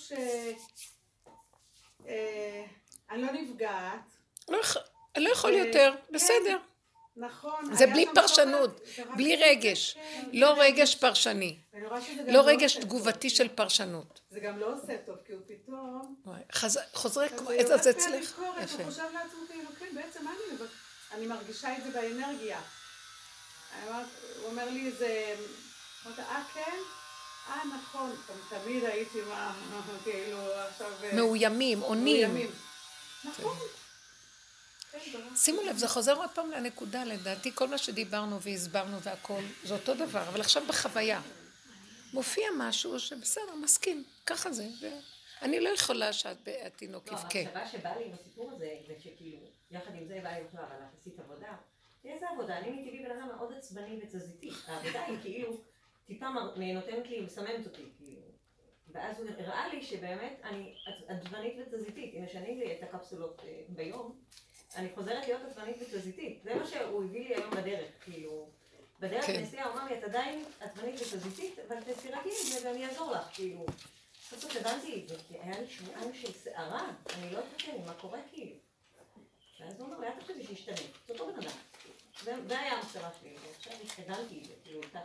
[SPEAKER 6] אני לא נפגעת.
[SPEAKER 1] לא יכול יותר, בסדר.
[SPEAKER 6] נכון.
[SPEAKER 1] זה בלי פרשנות, בלי רגש, לא רגש פרשני, לא רגש תגובתי של פרשנות.
[SPEAKER 6] זה גם לא עושה טוב, כי הוא פתאום...
[SPEAKER 1] חוזר כמו איזה זה אצלך.
[SPEAKER 6] הוא חושב לעצמו כאילו, כן, בעצם אני מרגישה את זה באנרגיה. הוא אומר לי איזה... אמרת, כן? נכון, תמיד הייתי כאילו עכשיו...
[SPEAKER 1] מאוימים, עונים.
[SPEAKER 6] נכון.
[SPEAKER 1] שימו לב, זה חוזר עוד פעם לנקודה, לדעתי, כל מה שדיברנו והסברנו והכל, זה אותו דבר, אבל עכשיו בחוויה. מופיע משהו שבסדר, מסכים, ככה זה. אני לא יכולה שהתינוק יבכה.
[SPEAKER 4] המחשבה שבא לי עם הסיפור הזה, זה שכאילו, יחד עם זה בא לי עכשיו, אבל את עשית עבודה. איזה עבודה? אני מטבעי בן אדם מאוד עצבני ותזזיתי. העבודה היא כאילו, טיפה נותנת לי, מסממת אותי, כאילו. ואז הוא הראה לי שבאמת אני עצבנית ותזזיתית. אם משנים לי את הקפסולות ביום, אני חוזרת להיות עצבנית ותזזיתית. זה מה שהוא הביא לי היום בדרך, כאילו. בדרך נסיעה הוא אמר לי, את עדיין עצבנית ותזזיתית, אבל תסירקי עם זה ואני אעזור לך, כאילו. בסוף הבנתי את זה, כי היה לי שבועיים של שערה, אני לא יודעת מה קורה כאילו. ואז הוא אומר, לאט חשבי שישתנה, זה אותו בן אדם. זה היה המחשבה שלי, ועכשיו התקדמתי את זה, כאילו איתך.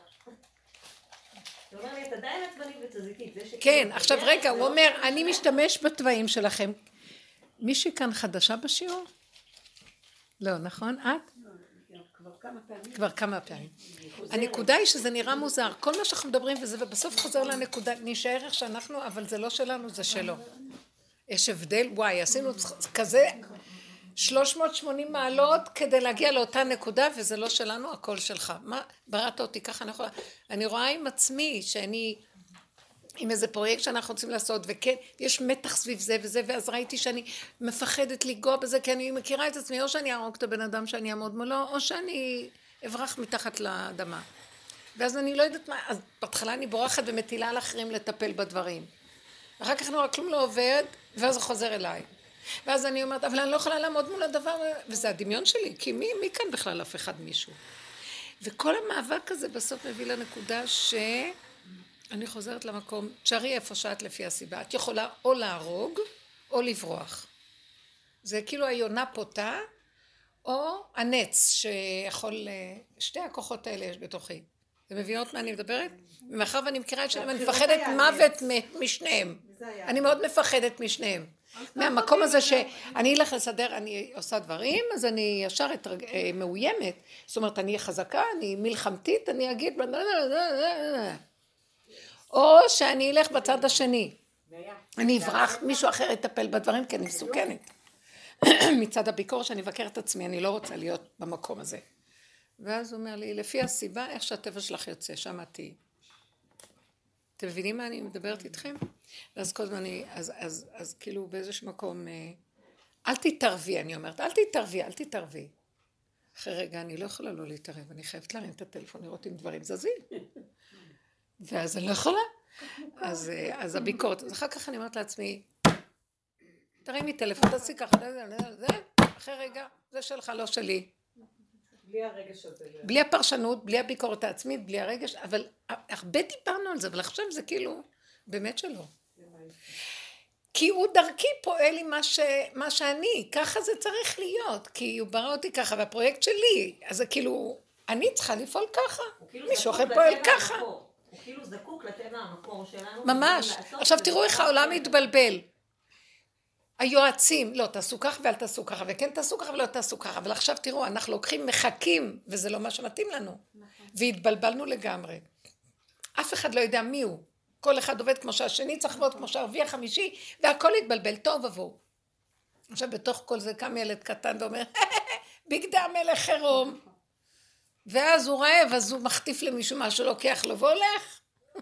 [SPEAKER 4] הוא אומר לי, את עדיין עצבנית ותזזיתית.
[SPEAKER 1] כן, עכשיו רגע, הוא אומר, אני משתמש בתוואים שלכם. מישהי כאן חדשה בשיעור? לא, נכון? את? כבר כמה פעמים. הנקודה היא שזה נראה מוזר. כל מה שאנחנו מדברים וזה, ובסוף חוזר לנקודה, נשאר איך שאנחנו, אבל זה לא שלנו, זה שלו. יש הבדל, וואי, עשינו כזה 380 מעלות כדי להגיע לאותה נקודה, וזה לא שלנו, הכל שלך. מה, בראת אותי ככה, אני רואה עם עצמי שאני עם איזה פרויקט שאנחנו רוצים לעשות, וכן, יש מתח סביב זה וזה, ואז ראיתי שאני מפחדת לגוע בזה, כי אני מכירה את עצמי, או שאני ארוג את הבן אדם שאני אעמוד מולו, או שאני אברח מתחת לאדמה. ואז אני לא יודעת מה, אז בהתחלה אני בורחת ומטילה על אחרים לטפל בדברים. אחר כך נורא כלום לא עובד, ואז זה חוזר אליי. ואז אני אומרת, אבל אני לא יכולה לעמוד מול הדבר, וזה הדמיון שלי, כי מי כאן בכלל אף אחד מישהו? וכל המאבק הזה בסוף מביא לנקודה אני חוזרת למקום, תשארי איפה שאת לפי הסיבה. את יכולה או להרוג או לברוח. זה כאילו היונה פותה, או הנץ שיכול, שתי הכוחות האלה יש בתוכי. אתם מבינות מה אני מדברת? ומאחר ואני מכירה את שלהם, אני מפחדת מוות משניהם. אני מאוד מפחדת משניהם. מהמקום הזה שאני אלך לסדר, אני עושה דברים, אז אני ישר מאוימת. זאת אומרת, אני חזקה, אני מלחמתית, אני אגיד, או שאני אלך בצד השני. אני אברח, מישהו אחר יטפל בדברים, כי אני מסוכנת. מצד הביקור שאני אבקר את עצמי, אני לא רוצה להיות במקום הזה. ואז הוא אומר לי, לפי הסיבה, איך שהטבע שלך יוצא, שמעתי. אתם מבינים מה אני מדברת איתכם? ואז כל הזמן אז כאילו באיזשהו מקום, אל תתערבי, אני אומרת, אל תתערבי. אחרי רגע, אני לא יכולה לא להתערב, אני חייבת להרים את הטלפון, לראות אם דברים זזים. ואז אני לא יכולה. אז הביקורת, אז אחר כך אני אומרת לעצמי, תרימי טלפון, תעשי ככה, אחרי רגע, זה שלך, לא שלי.
[SPEAKER 6] בלי הרגש הזה.
[SPEAKER 1] בלי הפרשנות, בלי הביקורת העצמית, בלי הרגש, אבל הרבה דיברנו על זה, אבל עכשיו זה כאילו, באמת שלא. כי הוא דרכי פועל עם מה שאני, ככה זה צריך להיות, כי הוא ברא אותי ככה, והפרויקט שלי, אז זה כאילו, אני צריכה לפעול ככה, מישהו אחר פועל ככה.
[SPEAKER 4] הוא כאילו זקוק לטבע המקור שלנו.
[SPEAKER 1] ממש. עכשיו תראו איך העולם מתבלבל. היועצים, לא תעשו ככה ואל תעשו ככה, וכן תעשו ככה ולא תעשו ככה, אבל עכשיו תראו, אנחנו לוקחים מחכים, וזה לא מה שמתאים לנו. והתבלבלנו לגמרי. אף אחד לא יודע מי הוא. כל אחד עובד כמו שהשני צריך לעבוד כמו שהרביעי החמישי, והכל התבלבל, טוב עבור. עכשיו בתוך כל זה קם ילד קטן ואומר, בגדי המלך חירום. ואז הוא רעב, אז הוא מחטיף למישהו משהו, לוקח לו והולך.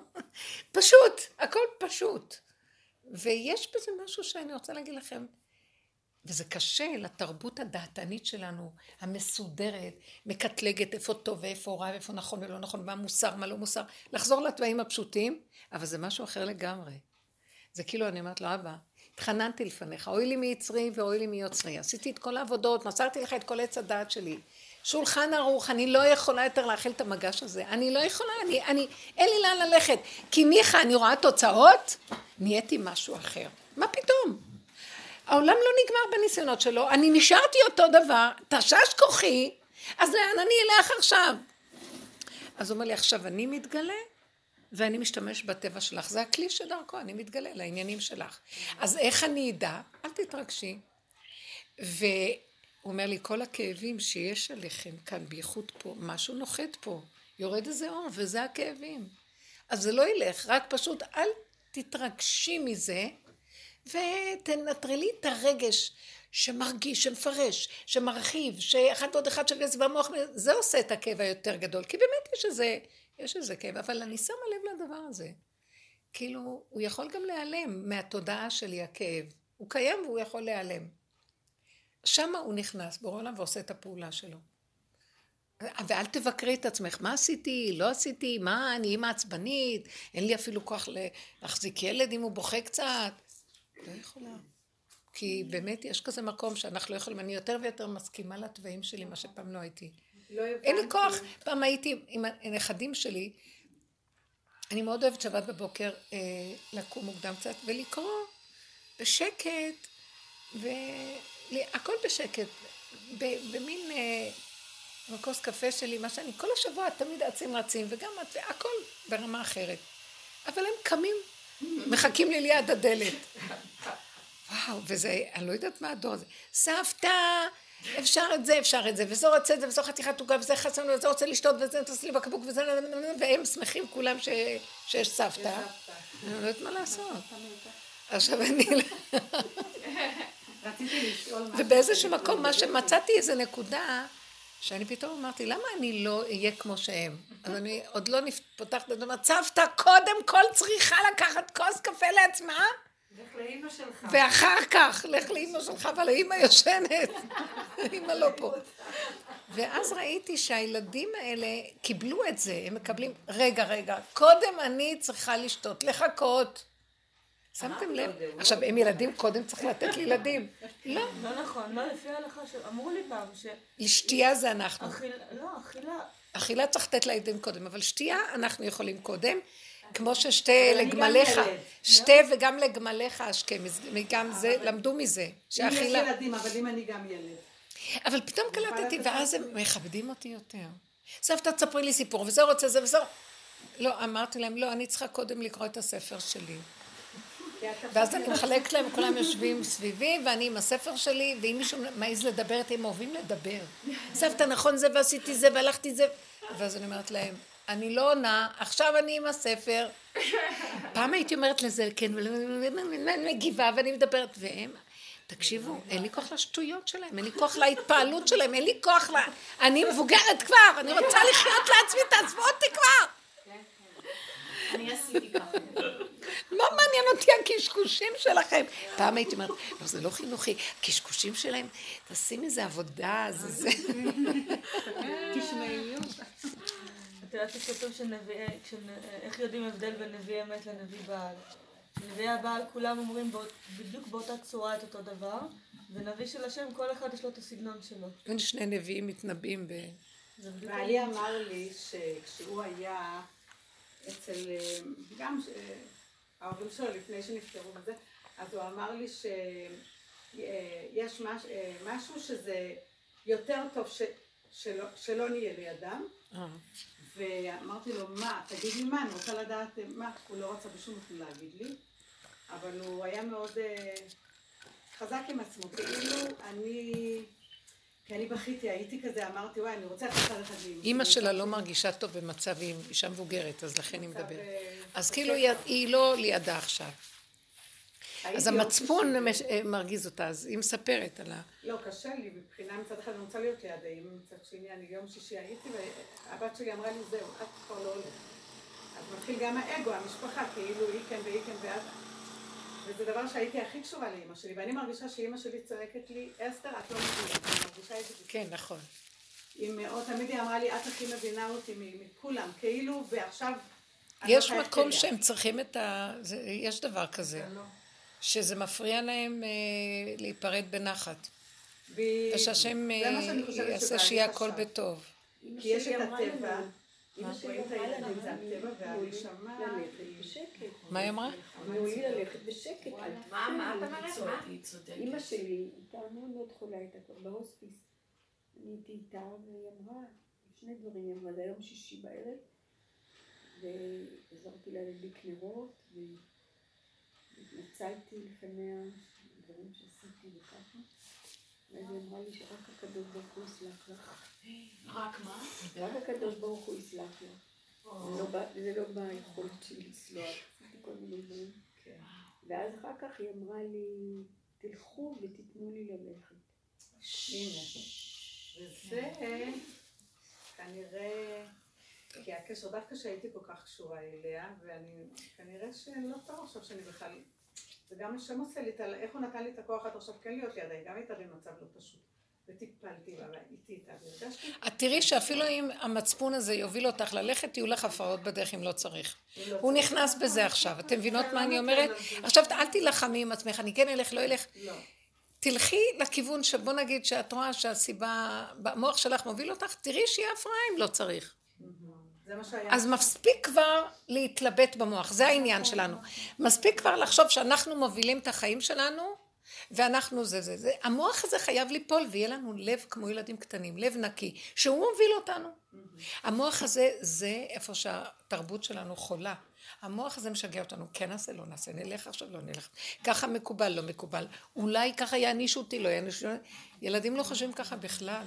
[SPEAKER 1] פשוט, הכל פשוט. ויש בזה משהו שאני רוצה להגיד לכם, וזה קשה לתרבות הדעתנית שלנו, המסודרת, מקטלגת איפה טוב ואיפה רע, ואיפה נכון ולא נכון, מה מוסר, מה לא מוסר, לחזור לתוואים הפשוטים, אבל זה משהו אחר לגמרי. זה כאילו אני אומרת לו, אבא, התחננתי לפניך, אוי לי מיצרי ואוי לי מיוצרי, עשיתי את כל העבודות, מסרתי לך את כל עץ הדעת שלי, שולחן ערוך, אני לא יכולה יותר להאכיל את המגש הזה, אני לא יכולה, אין לי לאן ללכת, כי מיכה, אני רואה תוצאות, נהייתי משהו אחר. מה פתאום? העולם לא נגמר בניסיונות שלו, אני נשארתי אותו דבר, תשש כוחי, אז לאן אני אלך עכשיו? אז הוא אומר לי, עכשיו אני מתגלה, ואני משתמש בטבע שלך, זה הכלי שדרכו, אני מתגלה לעניינים שלך. אז איך אני אדע? אל תתרגשי. והוא אומר לי, כל הכאבים שיש עליכם כאן, בייחוד פה, משהו נוחת פה, יורד איזה אור, וזה הכאבים. אז זה לא ילך, רק פשוט אל תתרגשי מזה, ותנטרלי את הרגש שמרגיש, שמפרש, שמרחיב, שאחד ועוד אחד שווה זה במוח, זה עושה את הכאב היותר גדול, כי באמת יש איזה כאב, אבל אני שמה לב לדבר הזה. כאילו, הוא יכול גם להיעלם מהתודעה שלי הכאב. הוא קיים והוא יכול להיעלם. שמה הוא נכנס בעולם ועושה את הפעולה שלו. ואל תבקרי את עצמך, מה עשיתי, לא עשיתי, מה, אני אימא עצבנית, אין לי אפילו כוח להחזיק ילד אם הוא בוכה קצת. לא יכולה. כי באמת יש כזה מקום שאנחנו לא יכולים, אני יותר ויותר מסכימה לתוואים שלי, מה שפעם לא הייתי. אין לי כוח. פעם הייתי עם הנכדים שלי, אני מאוד אוהבת שבת בבוקר לקום מוקדם קצת ולקרוא בשקט, והכל בשקט, במין כוס קפה שלי, מה שאני כל השבוע תמיד עצים רצים, וגם הכל ברמה אחרת. אבל הם קמים, מחכים לי ליד הדלת. וואו, וזה, אני לא יודעת מה הדור הזה. סבתא, אפשר את זה, וזה רוצה את זה, וזו חתיכת עוגה, וזה חסן, וזה רוצה לשתות, וזה נתעשה לי בקבוק, וזה, והם שמחים כולם שיש סבתא. אני לא יודעת מה לעשות. עכשיו אני... ובאיזשהו מקום, מה שמצאתי איזו נקודה, שאני פתאום אמרתי, למה אני לא אהיה כמו שהם? אז אני עוד לא פותחת את אומרת, סבתא, קודם כל צריכה לקחת כוס קפה לעצמה,
[SPEAKER 2] לך לאמא שלך.
[SPEAKER 1] ואחר כך, לך לאמא שלך, אבל האמא יושנת. האמא לא פה. ואז ראיתי שהילדים האלה קיבלו את זה, הם מקבלים, רגע, קודם אני צריכה לשתות, לחכות. שמתם לב? עכשיו, הם ילדים, קודם צריך לתת לילדים. לא.
[SPEAKER 7] לא נכון, לא, לפי ההלכה שאמרו לי פעם
[SPEAKER 1] שתייה זה אנחנו.
[SPEAKER 7] אכילה.
[SPEAKER 1] אכילה צריך לתת לילדים קודם, אבל שתייה אנחנו יכולים קודם, כמו ששתה לגמליך, שתה וגם לגמליך השכם, גם זה, למדו מזה,
[SPEAKER 6] שאכילה. אם יש ילדים, אבל אם אני גם ילד.
[SPEAKER 1] אבל פתאום קלטתי, ואז הם מכבדים אותי יותר. סבתא, תספרי לי סיפור, וזה רוצה זה וזה. לא, אמרתי להם, לא, אני צריכה קודם לקרוא את הספר שלי. ואז אני מחלקת להם, כולם יושבים סביבי, ואני עם הספר שלי, ואם מישהו מעז לדבר, הם אוהבים לדבר. סבתא, נכון זה, ועשיתי זה, והלכתי זה. ואז אני אומרת להם, אני לא עונה, עכשיו אני עם הספר. פעם הייתי אומרת לזה, כן, מגיבה, ואני מדברת, והם, תקשיבו, אין לי כוח לשטויות שלהם, אין לי כוח להתפעלות שלהם, אין לי כוח אני מבוגרת כבר, אני רוצה לחיות לעצמי, תעזבו אותי כבר.
[SPEAKER 5] אני עשיתי ככה.
[SPEAKER 1] מה מעניין אותי הקשקושים שלכם? פעם הייתי אומרת, לא, זה לא חינוכי, הקשקושים שלהם, תשים איזה עבודה, זה.
[SPEAKER 6] תשמעי.
[SPEAKER 7] את יודעת שכתוב איך יודעים הבדל בין נביא אמת לנביא בעל? נביאי הבעל כולם אומרים בדיוק באותה צורה את אותו דבר, ונביא של השם כל אחד יש לו את הסגנון שלו.
[SPEAKER 1] אין שני נביאים מתנבאים ב...
[SPEAKER 6] בעלי אמר לי שכשהוא היה אצל, גם ההורים שלו לפני שנפטרו בזה, אז הוא אמר לי שיש משהו שזה יותר טוב שלא נהיה לידם. ואמרתי לו, מה, תגיד לי מה, אני רוצה לדעת מה, הוא לא רצה בשום אופן להגיד לי, אבל הוא היה מאוד חזק עם עצמו, כי אני בכיתי, הייתי כזה, אמרתי, וואי, אני רוצה אחד לי.
[SPEAKER 1] אמא שלה לא מרגישה טוב במצב, היא אישה מבוגרת, אז לכן היא מדברת. אז כאילו היא לא לידה עכשיו. אז המצפון מרגיז אותה, אז היא מספרת על ה...
[SPEAKER 6] לא, קשה לי, מבחינה מצד אחד אני רוצה להיות ליד האמא, מצד שני, אני יום שישי הייתי, והבת שלי אמרה לי, זהו, את כבר לא הולך. אז מתחיל גם האגו, המשפחה, כאילו היא כן והיא כן ואז... וזה דבר שהייתי הכי קשורה לאמא שלי, ואני מרגישה שאמא שלי צועקת לי, אסתר, את לא מבינה, אני מרגישה את זה.
[SPEAKER 1] כן, נכון.
[SPEAKER 6] היא מאוד, תמיד היא אמרה לי, את הכי מבינה אותי מכולם, כאילו, ועכשיו...
[SPEAKER 1] יש מקום שהם צריכים את ה... יש דבר כזה. שזה מפריע להם להיפרד בנחת. ושהשם יעשה שיהיה הכל בטוב.
[SPEAKER 6] כי יש את הטבע. אמא שלי אמרה לילדים זה הטבע והנשמה.
[SPEAKER 1] מה היא אמרה?
[SPEAKER 8] אמרו לי ללכת בשקט.
[SPEAKER 3] מה את אומרת?
[SPEAKER 8] אמא שלי הייתה מאוד חולה, הייתה כבר בהוספיס. אני הייתי איתה והיא אמרה שני דברים, היא אמרה, זה היום שישי בערב, ועזרתי לה להדליק נרות, התנצלתי לפניה דברים שעשיתי וככה, ואז היא אמרה לי שרק הקדוש ברוך הוא יסלח לך.
[SPEAKER 5] רק מה?
[SPEAKER 8] רק הקדוש ברוך הוא יסלח לך. זה לא ביכולת שלי לסלוח, עשיתי כל מיני דברים. ואז אחר כך היא אמרה לי, תלכו ותיתנו לי ללכת.
[SPEAKER 6] הנה. וזה כנראה, כי הקשר דווקא שהייתי כל כך קשורה אליה, ואני כנראה שלא טוב עכשיו שאני בכלל, וגם השם עושה לי, איך הוא נתן לי את הכוח עד עכשיו כן להיות לידי, גם הייתה במצב לא פשוט. וטיפלתי בה, איתי איתה, והרגשתי.
[SPEAKER 1] את תראי שאפילו אם המצפון הזה יוביל אותך ללכת, יהיו לך הפרעות בדרך אם לא צריך. הוא נכנס בזה עכשיו, אתם מבינות מה אני אומרת? עכשיו אל תילחמי עם עצמך, אני כן אלך, לא אלך. תלכי לכיוון שבוא נגיד שאת רואה שהסיבה, המוח שלך מוביל אותך, תראי שיהיה הפרעה אם לא צריך. אז מספיק כבר להתלבט במוח, זה העניין שלנו. מספיק כבר לחשוב שאנחנו מובילים את החיים שלנו, ואנחנו זה. המוח הזה חייב ליפול, ויהיה לנו לב כמו ילדים קטנים, לב נקי, שהוא מוביל אותנו. המוח הזה, זה איפה שהתרבות שלנו חולה. המוח הזה משגע אותנו, כן נעשה, לא נעשה, נלך עכשיו, לא נלך. ככה מקובל, לא מקובל. אולי ככה יעניש אותי, לא יעניש אותי. ילדים לא חושבים ככה בכלל.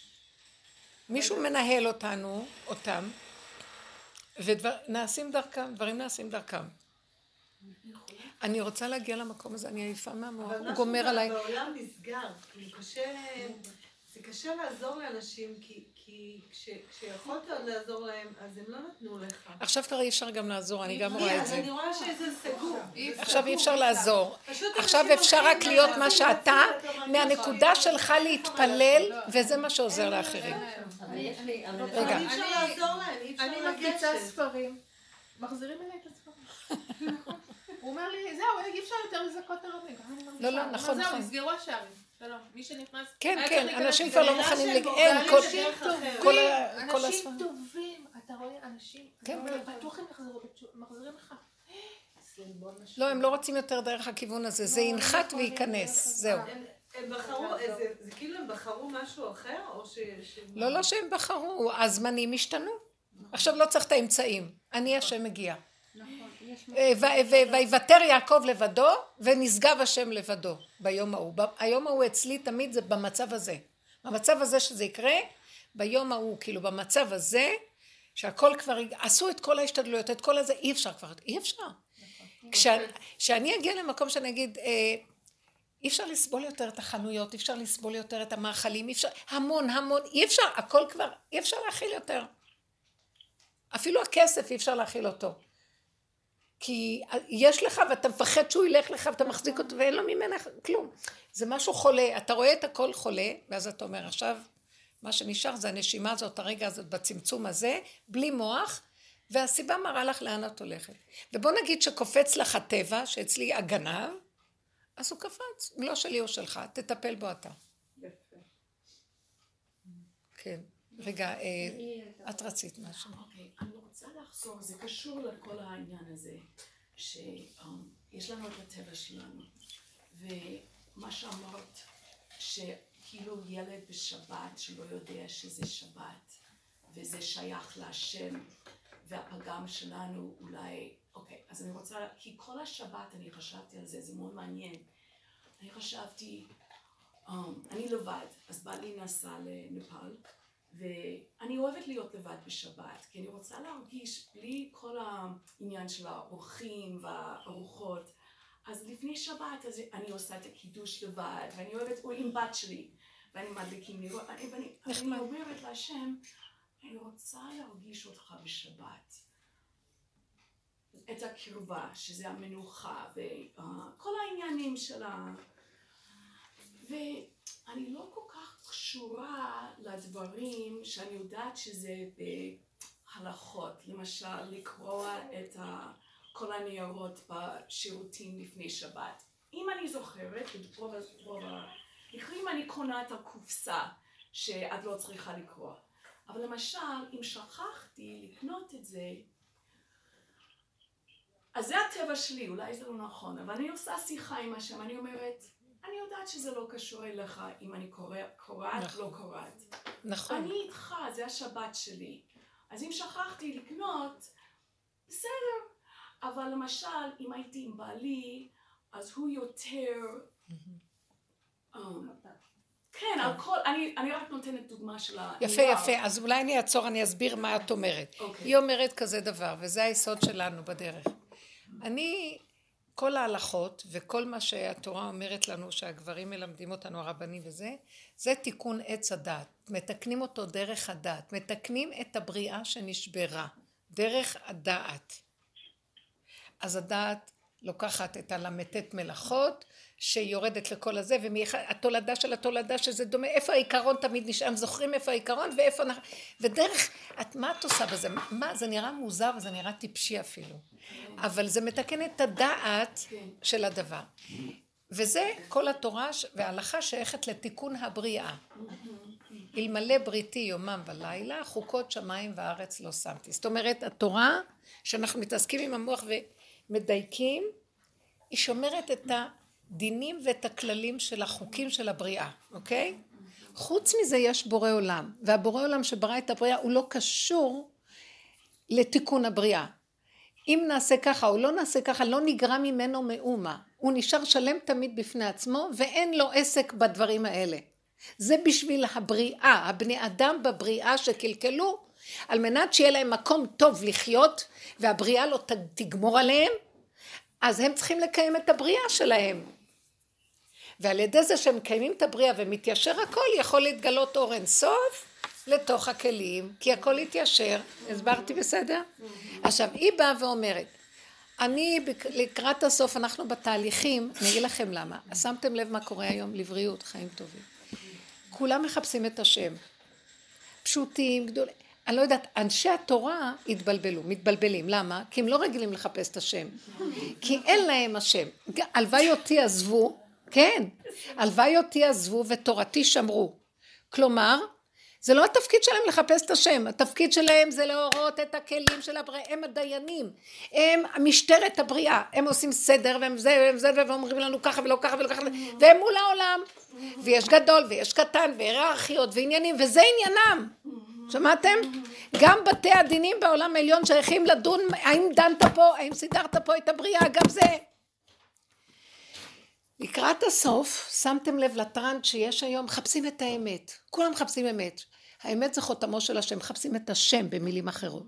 [SPEAKER 1] מישהו מנהל אותם, ונעשים דרכם, דברים נעשים דרכם. אני רוצה להגיע למקום הזה, אני עייפה מהמוח, הוא גומר עליי.
[SPEAKER 2] אבל בעולם נסגר, זה קשה לעזור לאנשים, כי כשיכולת לעזור להם, אז הם לא נתנו לך.
[SPEAKER 1] עכשיו כבר אי אפשר גם לעזור, אני גם רואה את זה.
[SPEAKER 2] אני רואה שזה סגור.
[SPEAKER 1] עכשיו אי אפשר לעזור. עכשיו אפשר רק להיות מה שאתה, מהנקודה שלך להתפלל, וזה מה שעוזר לאחרים.
[SPEAKER 2] רגע. אי אפשר לעזור להם, אי אפשר
[SPEAKER 5] אני
[SPEAKER 2] לגשת.
[SPEAKER 5] מפיצה ספרים, מחזירים אליי את הספרים. הוא אומר לי, זהו, אי אפשר יותר לזכות הרבים.
[SPEAKER 1] לא, נכון.
[SPEAKER 5] זהו, נסגרו השערים. שלום, מי שנכנס...
[SPEAKER 1] כן, אנשים כבר לא מוכנים אין, כל
[SPEAKER 5] אנשים טובים, אתה רואה אנשים, בטוח הם מחזירים לך.
[SPEAKER 1] לא, הם לא רוצים יותר דרך הכיוון הזה, זה ינחת וייכנס, זהו.
[SPEAKER 2] הם בחרו, זה כאילו הם בחרו משהו אחר, או ש...
[SPEAKER 1] לא שהם בחרו, הזמנים השתנו. עכשיו לא צריך את האמצעים, אני השם מגיע. ויוותר יעקב לבדו ונשגב השם לבדו ביום ההוא. היום ההוא אצלי תמיד זה במצב הזה, במצב הזה שזה יקרה, ביום ההוא, כאילו במצב הזה שהכל כבר עשו את כל ההשתדלויות, את כל הזה, אי אפשר כבר, אי אפשר. כשאני אגיע למקום שאני אגיד אי אפשר לסבול יותר את החנויות, אי אפשר לסבול יותר את המאכלים, אי אפשר, המון, אי אפשר, הכל כבר, אי אפשר להכיל יותר. אפילו הכסף אי אפשר להכיל אותו. כי יש לך ואתה מפחד שהוא ילך לך ואתה מחזיק אותו ואין לו ממנה כלום. זה משהו חולה, אתה רואה את הכל חולה, ואז אתה אומר עכשיו, מה שנשאר זה הנשימה הזאת, הרגע הזאת בצמצום הזה, בלי מוח, והסיבה מראה לך לאן את הולכת. ובוא נגיד שקופץ לך הטבע, שאצלי הגנב, אז הוא קפץ, לא שלי או שלך, תטפל בו אתה.
[SPEAKER 6] יפה.
[SPEAKER 1] כן, רגע, את רצית משהו.
[SPEAKER 5] אוקיי, אני רוצה לחזור, זה קשור לכל העניין הזה, שיש לנו את הטבע שלנו, ומה שאמרת, שכאילו ילד בשבת שלא יודע שזה שבת, וזה שייך להשם, והפגם שלנו אולי, אוקיי, אז אני רוצה, כי כל השבת אני חשבתי על זה, זה מאוד מעניין. אני חשבתי, אני לבד, אז בעלי נסע לנפאל, ואני אוהבת להיות לבד בשבת, כי אני רוצה להרגיש בלי כל העניין של האורחים והארוחות. אז לפני שבת אז אני עושה את הקידוש לבד, ואני אוהבת, או עם בת שלי, ואני מדליקים נרות, ואני אומרת להשם, אני רוצה להרגיש אותך בשבת. את הקרבה, שזה המנוחה, וכל העניינים שלה. ואני לא כל כך קשורה לדברים שאני יודעת שזה בהלכות. למשל, לקרוא את כל הניירות בשירותים לפני שבת. אם אני זוכרת, אם אני קונה את הקופסה שאת לא צריכה לקרוא. אבל למשל, אם שכחתי לקנות את זה, אז זה הטבע שלי, אולי זה לא נכון, אבל אני עושה שיחה עם השם, אני אומרת, אני יודעת שזה לא קשור אליך אם אני קוראת, לא קוראת.
[SPEAKER 1] נכון.
[SPEAKER 5] אני איתך, זה השבת שלי. אז אם שכחתי לקנות, בסדר. אבל למשל, אם הייתי עם בעלי, אז הוא יותר... כן, על כל, אני רק נותנת דוגמה של הנייר.
[SPEAKER 1] יפה, אז אולי אני אעצור, אני אסביר מה את אומרת. היא אומרת כזה דבר, וזה היסוד שלנו בדרך. אני כל ההלכות וכל מה שהתורה אומרת לנו שהגברים מלמדים אותנו הרבנים וזה, זה תיקון עץ הדעת. מתקנים אותו דרך הדעת. מתקנים את הבריאה שנשברה. דרך הדעת. אז הדעת לוקחת את הלמתת מלאכות שיורדת לכל הזה, והתולדה של התולדה שזה דומה, איפה העיקרון תמיד נשאר, זוכרים איפה העיקרון ואיפה ודרך, מה את עושה בזה? מה, זה נראה מוזר וזה נראה טיפשי אפילו, אבל זה מתקן את הדעת של הדבר, וזה כל התורה וההלכה שייכת לתיקון הבריאה. אלמלא בריתי יומם ולילה, חוקות שמיים וארץ לא שמתי. זאת אומרת, התורה שאנחנו מתעסקים עם המוח ומדייקים, היא שומרת את הדינים ואת הכללים של החוקים של הבריאה, אוקיי? חוץ מזה יש בורא עולם, והבורא עולם שברא את הבריאה הוא לא קשור לתיקון הבריאה. אם נעשה ככה או לא נעשה ככה, לא נגרע ממנו מאומה. הוא נשאר שלם תמיד בפני עצמו, ואין לו עסק בדברים האלה. זה בשביל הבריאה, הבני אדם בבריאה שקלקלו, על מנת שיהיה להם מקום טוב לחיות, והבריאה לא תגמור עליהם, אז הם צריכים לקיים את הבריאה שלהם. ועל ידי זה שהם מקיימים את הבריאה ומתיישר הכל, יכול להתגלות אור אין סוף לתוך הכלים, כי הכל יתיישר. הסברתי בסדר? עכשיו, היא באה ואומרת, אני לקראת הסוף, אנחנו בתהליכים, אני אגיד לכם למה. שמתם לב מה קורה היום לבריאות, חיים טובים. כולם מחפשים את השם. פשוטים, גדולים. אני לא יודעת, אנשי התורה התבלבלו, מתבלבלים. למה? כי הם לא רגילים לחפש את השם. כי אין להם השם. הלוואי אותי עזבו, כן, הלוואי אותי עזבו ותורתי שמרו. כלומר, זה לא התפקיד שלהם לחפש את השם, התפקיד שלהם זה להורות את הכלים של הבריאה, הם הדיינים, הם משטרת הבריאה, הם עושים סדר והם זה והם זה ואומרים לנו ככה ולא ככה ולא ככה, והם מול העולם, ויש גדול ויש קטן והיררכיות ועניינים, וזה עניינם, שמעתם? גם בתי הדינים בעולם העליון שייכים לדון, האם דנת פה, האם סידרת פה את הבריאה, גם זה. לקראת הסוף, שמתם לב לטרנד שיש היום, מחפשים את האמת. כולם מחפשים אמת. האמת זה חותמו של השם, מחפשים את השם במילים אחרות.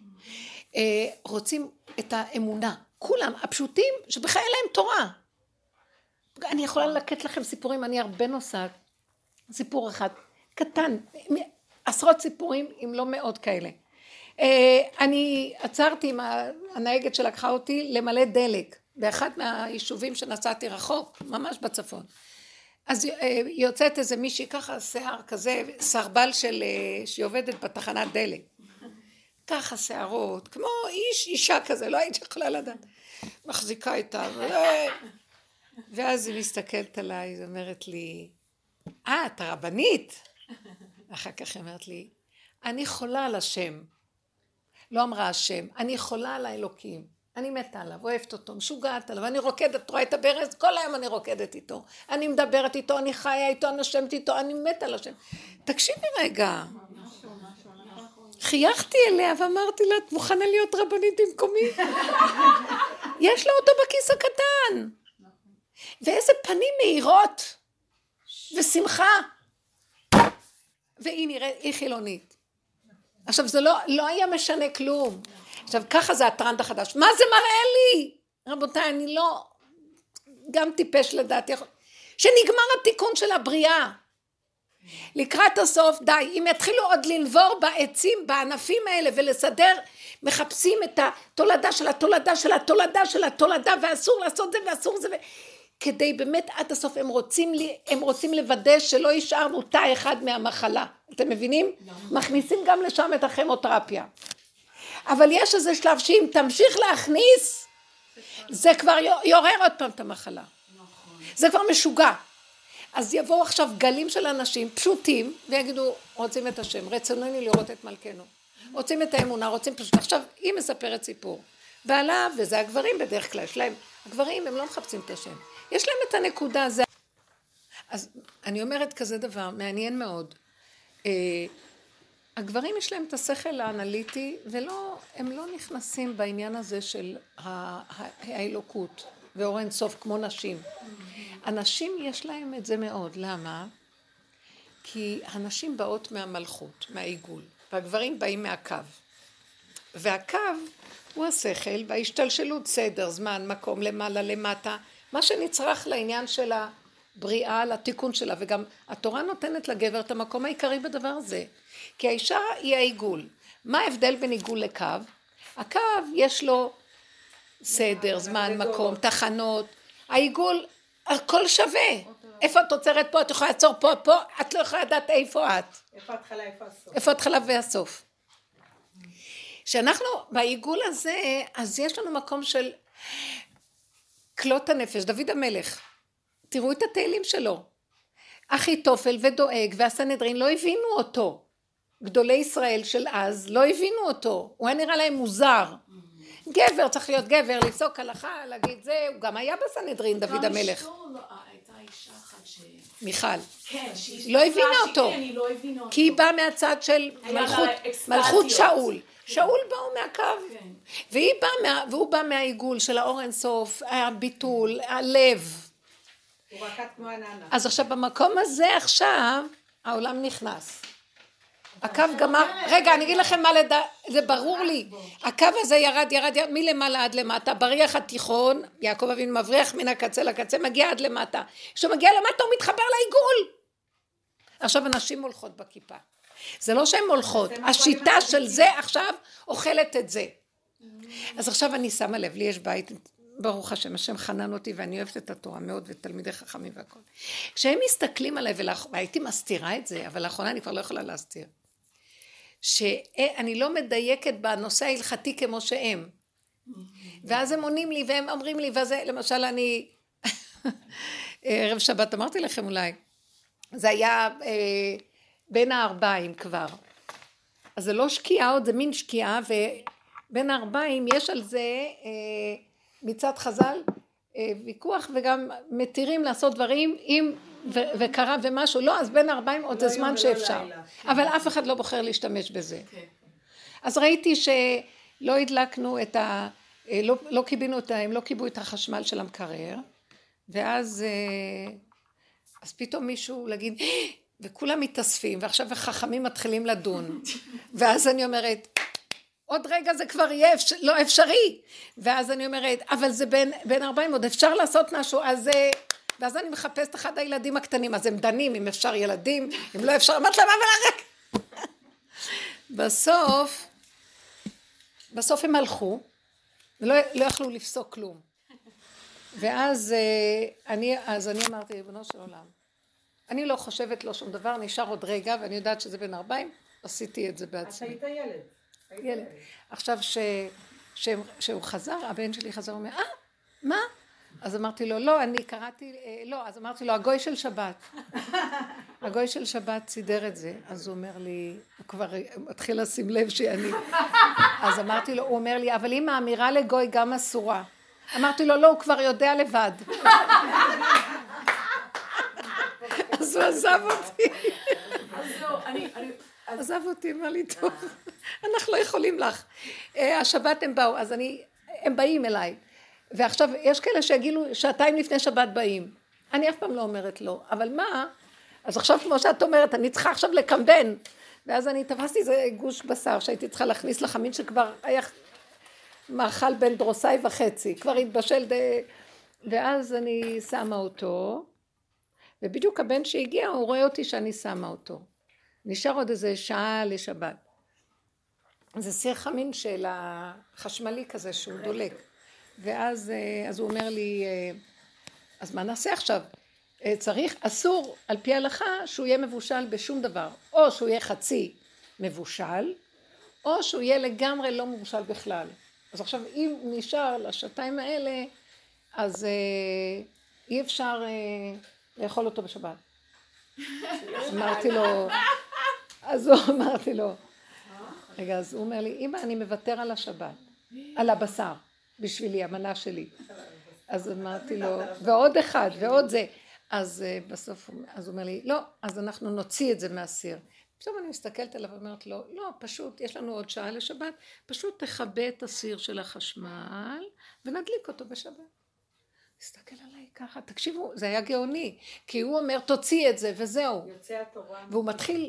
[SPEAKER 1] רוצים את האמונה. כולם, הפשוטים, שבכלל אין להם תורה. אני יכולה לקט לכם סיפורים, אני הרבה נוסעת. סיפור אחד, קטן, עשרות סיפורים, אם לא מאות כאלה. אני עצרתי עם הנהגת שלקחה אותי למלא דלק. באחד מהיישובים שנסעתי רחוק, ממש בצפון. אז יוצאת איזה מישהי ככה, שיער כזה, סרבל שהיא עובדת בתחנת דלק. ככה שערות, כמו אישה כזה, לא הייתי יכולה לדעת. מחזיקה איתה, ואז היא מסתכלת עליי, היא אומרת לי, את הרבנית? אחר כך היא אומרת לי, אני חולה על השם. לא אמרה השם, אני חולה על האלוקים. אני מתה עליו, אוהבת אותו, משוגעת עליו, אני רוקדת, רואה את הברז, כל היום אני רוקדת איתו, אני מדברת איתו, אני חיה איתו, אני נושמת איתו, אני מתה על השם. תקשיבי רגע. חייכתי אליה ואמרתי לה, את מוכנה להיות רבנית במקומי? יש לה אותו בכיס הקטן. ואיזה פנים מהירות, ושמחה. והיא נראית, היא חילונית. עכשיו זה לא היה משנה כלום. עכשיו ככה זה הטרנד החדש, מה זה מראה לי? רבותיי, אני לא, גם טיפש לדעתי, שנגמר התיקון של הבריאה. לקראת הסוף, די, אם יתחילו עוד לנבור בעצים, בענפים האלה ולסדר, מחפשים את התולדה של התולדה של התולדה של התולדה, ואסור לעשות זה ואסור זה, כדי באמת עד הסוף הם רוצים לוודא שלא יישארנו תא אחד מהמחלה. אתם מבינים? מכניסים גם לשם את הכימותרפיה. אבל יש איזה שלב שאם תמשיך להכניס, זה כבר יעורר עוד פעם את המחלה. זה כבר משוגע. אז יבואו עכשיו גלים של אנשים פשוטים, ויגידו, רוצים את השם, רצוננו לראות את מלכנו. רוצים את האמונה, רוצים פשוט. עכשיו, היא מספרת סיפור. בעלה, וזה הגברים בדרך כלל, יש להם, הגברים הם לא מחפשים את השם. יש להם את הנקודה הזה. אז אני אומרת כזה דבר, מעניין מאוד. הגברים יש להם את השכל האנליטי, והם לא נכנסים בעניין הזה של האלוקות, ואור אין סוף כמו נשים. הנשים יש להם את זה מאוד, למה? כי הנשים באות מהמלכות, מהעיגול, והגברים באים מהקו. והקו הוא השכל, וההשתלשלות סדר, זמן, מקום, למעלה, למטה, מה שנצרך לעניין של הבריאה, לתיקון שלה, וגם התורה נותנת לגבר את המקום העיקרי בדבר הזה, כי האישה היא העיגול. מה ההבדל בין עיגול לקו? הקו יש לו סדר, זמן, מקום, תחנות, העיגול, הכל שווה. איפה את עוצרת פה, את יכולה לעצור פה, את לא יכולה לדעת איפה את.
[SPEAKER 6] איפה התחלה, איפה הסוף.
[SPEAKER 1] איפה התחלה והסוף. שאנחנו בעיגול הזה, אז יש לנו מקום של כלות הנפש, דוד המלך. תראו את התהילים שלו. אחיתופל ודואג והסנהדרין לא הבינו אותו. גדולי ישראל של אז לא הבינו אותו. הוא היה נראה להם מוזר. גבר, צריך להיות גבר, לפסוק הלכה, להגיד זה, הוא גם היה בסנהדרין, דוד המלך.
[SPEAKER 5] הייתה אישה אחת
[SPEAKER 1] מיכל.
[SPEAKER 5] כן,
[SPEAKER 1] לא הבינה אותו. כי היא באה מהצד של מלכות שאול. שאול באו מהקו. והוא בא מהעיגול של האור אינסוף, הביטול, הלב.
[SPEAKER 6] הוא רקד כמו עננה.
[SPEAKER 1] אז עכשיו במקום הזה עכשיו העולם נכנס. הקו גמר, רגע אני אגיד לכם מה זה ברור לי, הקו הזה ירד מלמעלה עד למטה, בריח התיכון, יעקב אבינו מבריח מן הקצה לקצה, מגיע עד למטה, כשהוא מגיע למטה הוא מתחבר לעיגול. עכשיו הנשים הולכות בכיפה, זה לא שהן הולכות, השיטה של זה עכשיו אוכלת את זה. אז עכשיו אני שמה לב, לי יש בית, ברוך השם, השם חנן אותי ואני אוהבת את התורה מאוד ותלמידי חכמים והכל. כשהם מסתכלים עליי, והייתי מסתירה את זה, אבל לאחרונה אני כבר לא יכולה להסתיר. שאני לא מדייקת בנושא ההלכתי כמו שהם. ואז הם עונים לי והם אומרים לי, וזה למשל אני, ערב שבת אמרתי לכם אולי, זה היה בין הארבעים כבר. אז זה לא שקיעה עוד, זה מין שקיעה, ובין הארבעים יש על זה מצד חז"ל ויכוח, וגם מתירים לעשות דברים אם וקרה ומשהו, לא, אז בין 40 עוד זה זמן שאפשר, אבל אף אחד לא בוחר להשתמש בזה. אז ראיתי שלא הדלקנו את לא קיבינו הם לא קיבו את החשמל של המקרר, ואז פתאום מישהו להגיד, וכולם מתאספים, ועכשיו החכמים מתחילים לדון, ואז אני אומרת, עוד רגע זה כבר יהיה לא אפשרי, ואז אני אומרת, אבל זה בין 40 עוד אפשר לעשות משהו, ואז אני מחפשת אחד הילדים הקטנים, אז הם דנים, אם אפשר ילדים, אם לא אפשר, אמרת להם, אבל הרק. בסוף הם הלכו, ולא יכלו לפסוק כלום. ואז אני אמרתי, ריבונו של עולם, אני לא חושבת לו שום דבר, נשאר עוד רגע, ואני יודעת שזה בין 40, עשיתי את זה בעצמי.
[SPEAKER 6] אתה היית ילד.
[SPEAKER 1] עכשיו שהוא חזר, הבן שלי חזר, הוא אומר, מה? אז אמרתי לו, לא, אני קראתי, לא, אז אמרתי לו, הגוי של שבת. הגוי של שבת סידר את זה. אז הוא אומר לי, הוא כבר מתחיל לשים לב שאני. אז אמרתי לו, הוא אומר לי, אבל אם האמירה לגוי גם אסורה. אמרתי לו, לא, הוא כבר יודע לבד. אז הוא עזב אותי. עזב אותי, אמר לי, טוב, אנחנו לא יכולים לך. השבת הם באו, אז הם באים אליי. ועכשיו יש כאלה שיגילו שעתיים לפני שבת באים. אני אף פעם לא אומרת לא, אבל מה? אז עכשיו כמו שאת אומרת, אני צריכה עכשיו לקמבן. ואז אני תפסתי איזה גוש בשר שהייתי צריכה להכניס לחמין שכבר היה מאכל בין דרוסאי וחצי, כבר התבשל ואז אני שמה אותו, ובדיוק הבן שהגיע הוא רואה אותי שאני שמה אותו. נשאר עוד איזה שעה לשבת. זה סיר חמין של החשמלי כזה שהוא דולק. ואז הוא אומר לי, אז מה נעשה עכשיו? אסור על פי ההלכה שהוא יהיה מבושל בשום דבר. או שהוא יהיה חצי מבושל, או שהוא יהיה לגמרי לא מבושל בכלל. אז עכשיו אם נשאר לשעתיים האלה, אז אי אפשר לאכול אותו בשבת. אמרתי לו, רגע, אז הוא אומר לי, אמא אני מוותר על השבת, על הבשר. בשבילי, המנה שלי. אז אמרתי לו, ועוד אחד, ועוד זה. אז בסוף, אז הוא אומר לי, לא, אז אנחנו נוציא את זה מהסיר. פתאום אני מסתכלת עליו ואומרת לו, לא, פשוט, יש לנו עוד שעה לשבת, פשוט תכבה את הסיר של החשמל, ונדליק אותו בשבת. מסתכל עליי ככה, תקשיבו, זה היה גאוני, כי הוא אומר, תוציא את זה, וזהו.
[SPEAKER 6] יוצא התורה.
[SPEAKER 1] והוא מתחיל,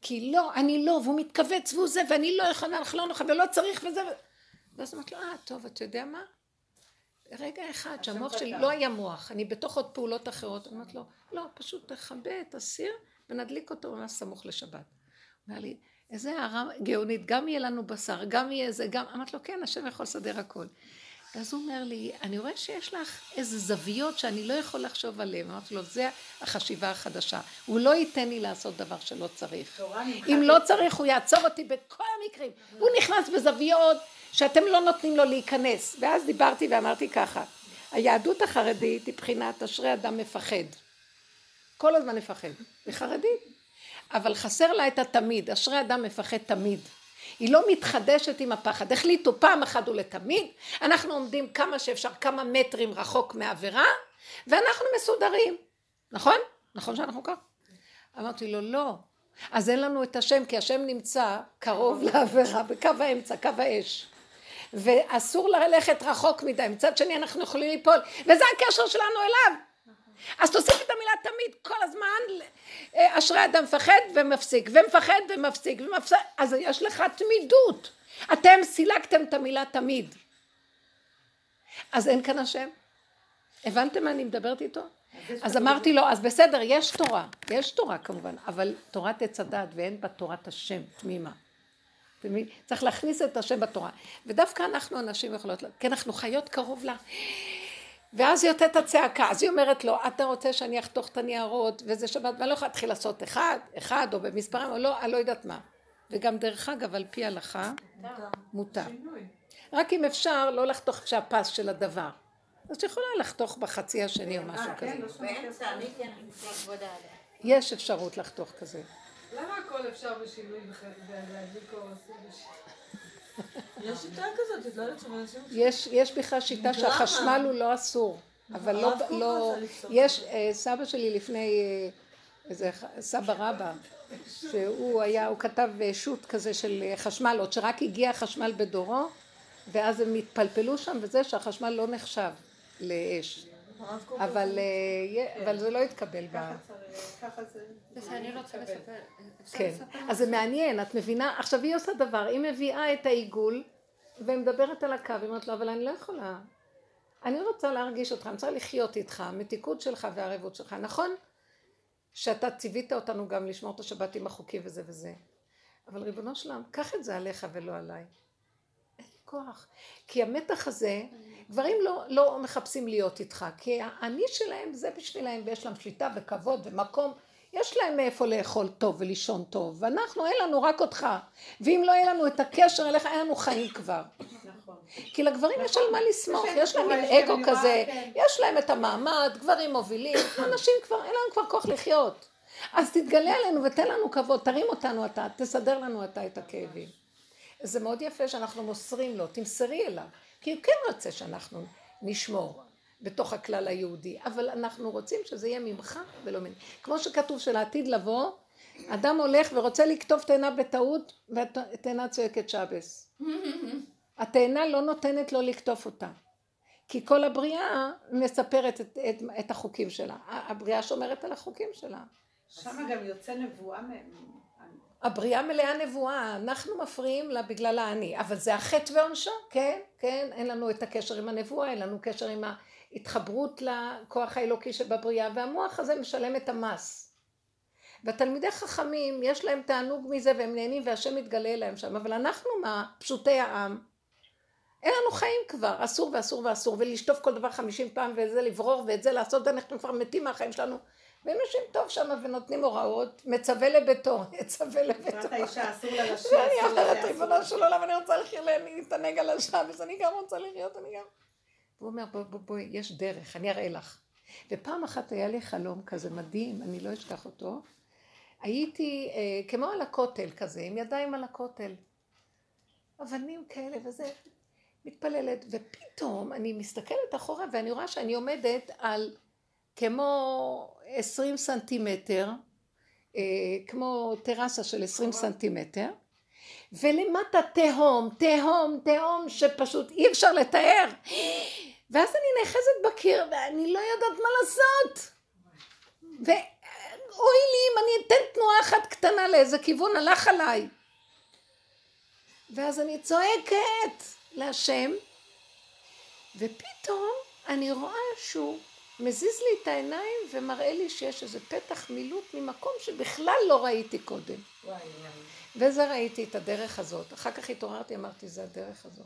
[SPEAKER 1] כי לא, אני לא, והוא מתכווץ והוא זה, ואני לא יכולה, אנחנו לא נוכל, ולא צריך וזה. ואז אמרת לו, טוב, אתה יודע מה? רגע אחד, שהמוח שלי לא היה מוח, אני בתוך עוד פעולות אחרות. אמרת לו, לא, פשוט תכבה את הסיר, ונדליק אותו ממש סמוך לשבת. אמר לי, איזה הערה גאונית, גם יהיה לנו בשר, גם יהיה זה, גם, אמרת לו, כן, השם יכול לסדר הכל. ואז הוא אומר לי, אני רואה שיש לך איזה זוויות שאני לא יכול לחשוב עליהן. אמרתי לו, זה החשיבה החדשה. הוא לא ייתן לי לעשות דבר שלא צריך. אם לא צריך, הוא יעצור אותי בכל המקרים. הוא נכנס בזוויות שאתם לא נותנים לו להיכנס. ואז דיברתי ואמרתי ככה, היהדות החרדית היא בחינת אשרי אדם מפחד. כל הזמן מפחד. היא חרדית. אבל חסר לה את התמיד. אשרי אדם מפחד תמיד. היא לא מתחדשת עם הפחד. החליטו פעם אחת ולתמיד, אנחנו עומדים כמה שאפשר, כמה מטרים רחוק מעבירה, ואנחנו מסודרים. נכון? נכון שאנחנו כך? אמרתי לו, לא. אז אין לנו את השם, כי השם נמצא קרוב לעבירה, בקו האמצע, קו האש. ואסור ללכת רחוק מדי. מצד שני אנחנו יכולים ליפול, וזה הקשר שלנו אליו. אז תוסיף את המילה תמיד כל הזמן, אשרי אדם מפחד ומפסיק, ומפחד ומפסיק, אז יש לך תמידות. אתם סילקתם את המילה תמיד. אז אין כאן השם. הבנתם מה אני מדברת איתו? אז אמרתי לו, אז בסדר, יש תורה כמובן, אבל תורת עץ הדת ואין בה תורת השם תמימה. צריך להכניס את השם בתורה. ודווקא אנחנו אנשים יכולות, כי אנחנו חיות קרוב לה. ואז היא יוצאת הצעקה, אז היא אומרת לו, אתה רוצה שאני אחתוך את הניירות, וזה שבת, ואני לא יכולה להתחיל לעשות אחד, או במספרים, או לא, אני לא יודעת מה. וגם דרך אגב, על פי הלכה, מותר. רק אם אפשר, לא לחתוך שהפס של הדבר. אז שיכולה לחתוך בחצי השני או משהו כזה. יש אפשרות לחתוך כזה.
[SPEAKER 2] למה הכל אפשר בשינוי ולהדליק אור אסור בשינוי?
[SPEAKER 7] יש שיטה כזאת, את לא יודעת שמאנשים...
[SPEAKER 1] יש בכלל שיטה שהחשמל הוא לא אסור, אבל לא, יש, סבא שלי לפני, איזה סבא רבא, שהוא כתב שוט כזה של חשמל, עוד שרק הגיע חשמל בדורו, ואז הם התפלפלו שם וזה שהחשמל לא נחשב לאש, אבל זה לא התקבל בה.
[SPEAKER 2] ככה זה...
[SPEAKER 3] אני רוצה לספר.
[SPEAKER 1] כן, אז זה מעניין, את מבינה? עכשיו היא עושה דבר, היא מביאה את העיגול, ומדברת על הקו, היא אומרת לו, אבל אני לא יכולה. אני רוצה להרגיש אותך, אני רוצה לחיות איתך, המתיקות שלך והערבות שלך. נכון שאתה ציווית אותנו גם לשמור את השבת עם החוקים וזה וזה. אבל ריבונו שלם, קח את זה עליך ולא עליי. אין לי כוח. כי המתח הזה, גברים לא מחפשים להיות איתך, כי האני שלהם זה בשבילהם, ויש להם שליטה וכבוד ומקום, יש להם מאיפה לאכול טוב ולישון טוב, ואנחנו אין לנו רק אותך, ואם לא יהיה לנו את הקשר אליך, אין לנו חיים כבר. נכון. כי לגברים יש על מה לסמוך, יש להם אגו כזה, יש להם את המעמד, גברים מובילים, אנשים כבר, אין לנו כבר כוח לחיות. אז תתגלה עלינו ותן לנו כבוד, תרים אותנו אתה, תסדר לנו אתה את הכאבים. זה מאוד יפה שאנחנו מוסרים לו, תמסרי אליו, כי הוא כן רוצה שאנחנו נשמור בתוך הכלל היהודי, אבל אנחנו רוצים שזה יהיה ממך ולא ממני. כמו שכתוב שלעתיד לבוא, אדם הולך ורוצה לקטוף תאנה בטעות, והתאנה צועקת שבס. התאנה לא נותנת לו לקטוף אותה, כי כל הבריאה מספרת את החוקים שלה. הבריאה שומרת על החוקים שלה.
[SPEAKER 6] שם גם יוצא נבואה
[SPEAKER 1] הבריאה מלאה נבואה, אנחנו מפריעים לה בגלל העני, אבל זה החטא ועונשו, כן, כן, אין לנו את הקשר עם הנבואה, אין לנו קשר עם ההתחברות לכוח האלוקי שבבריאה, והמוח הזה משלם את המס. והתלמידי חכמים, יש להם תענוג מזה והם נהנים והשם מתגלה להם שם, אבל אנחנו מה? פשוטי העם. אין לנו חיים כבר, אסור ואסור ואסור, ולשטוף כל דבר 50 פעם וזה לברור ואת זה לעשות, אנחנו כבר מתים מהחיים שלנו. והם יושבים טוב שם ונותנים הוראות, מצווה לביתו, מצווה לביתו.
[SPEAKER 6] זאת האישה, אסור לה לשיר,
[SPEAKER 1] ואני אחרת ריבונו של עולם, אני רוצה להתענג על השבס, אני גם רוצה לחיות, אני גם... הוא אומר, בואי, יש דרך, אני אראה לך. ופעם אחת היה לי חלום כזה מדהים, אני לא אשכח אותו. הייתי כמו על הכותל כזה, עם ידיים על הכותל. אבנים כאלה וזה, מתפללת, ופתאום אני מסתכלת אחורה, ואני רואה שאני עומדת על... כמו 20 סנטימטר, כמו טרסה של 20 סנטימטר, ולמטה תהום, תהום, תהום שפשוט אי אפשר לתאר. ואז אני נאחזת בקיר ואני לא יודעת מה לעשות. אוי לי אם אני אתן תנועה אחת קטנה לאיזה כיוון, הלך עליי. ואז אני צועקת להשם, ופתאום אני רואה שהוא מזיז לי את העיניים ומראה לי שיש איזה פתח מילוט ממקום שבכלל לא ראיתי קודם. וזה ראיתי את הדרך הזאת. אחר כך התעוררתי, אמרתי, זה הדרך הזאת.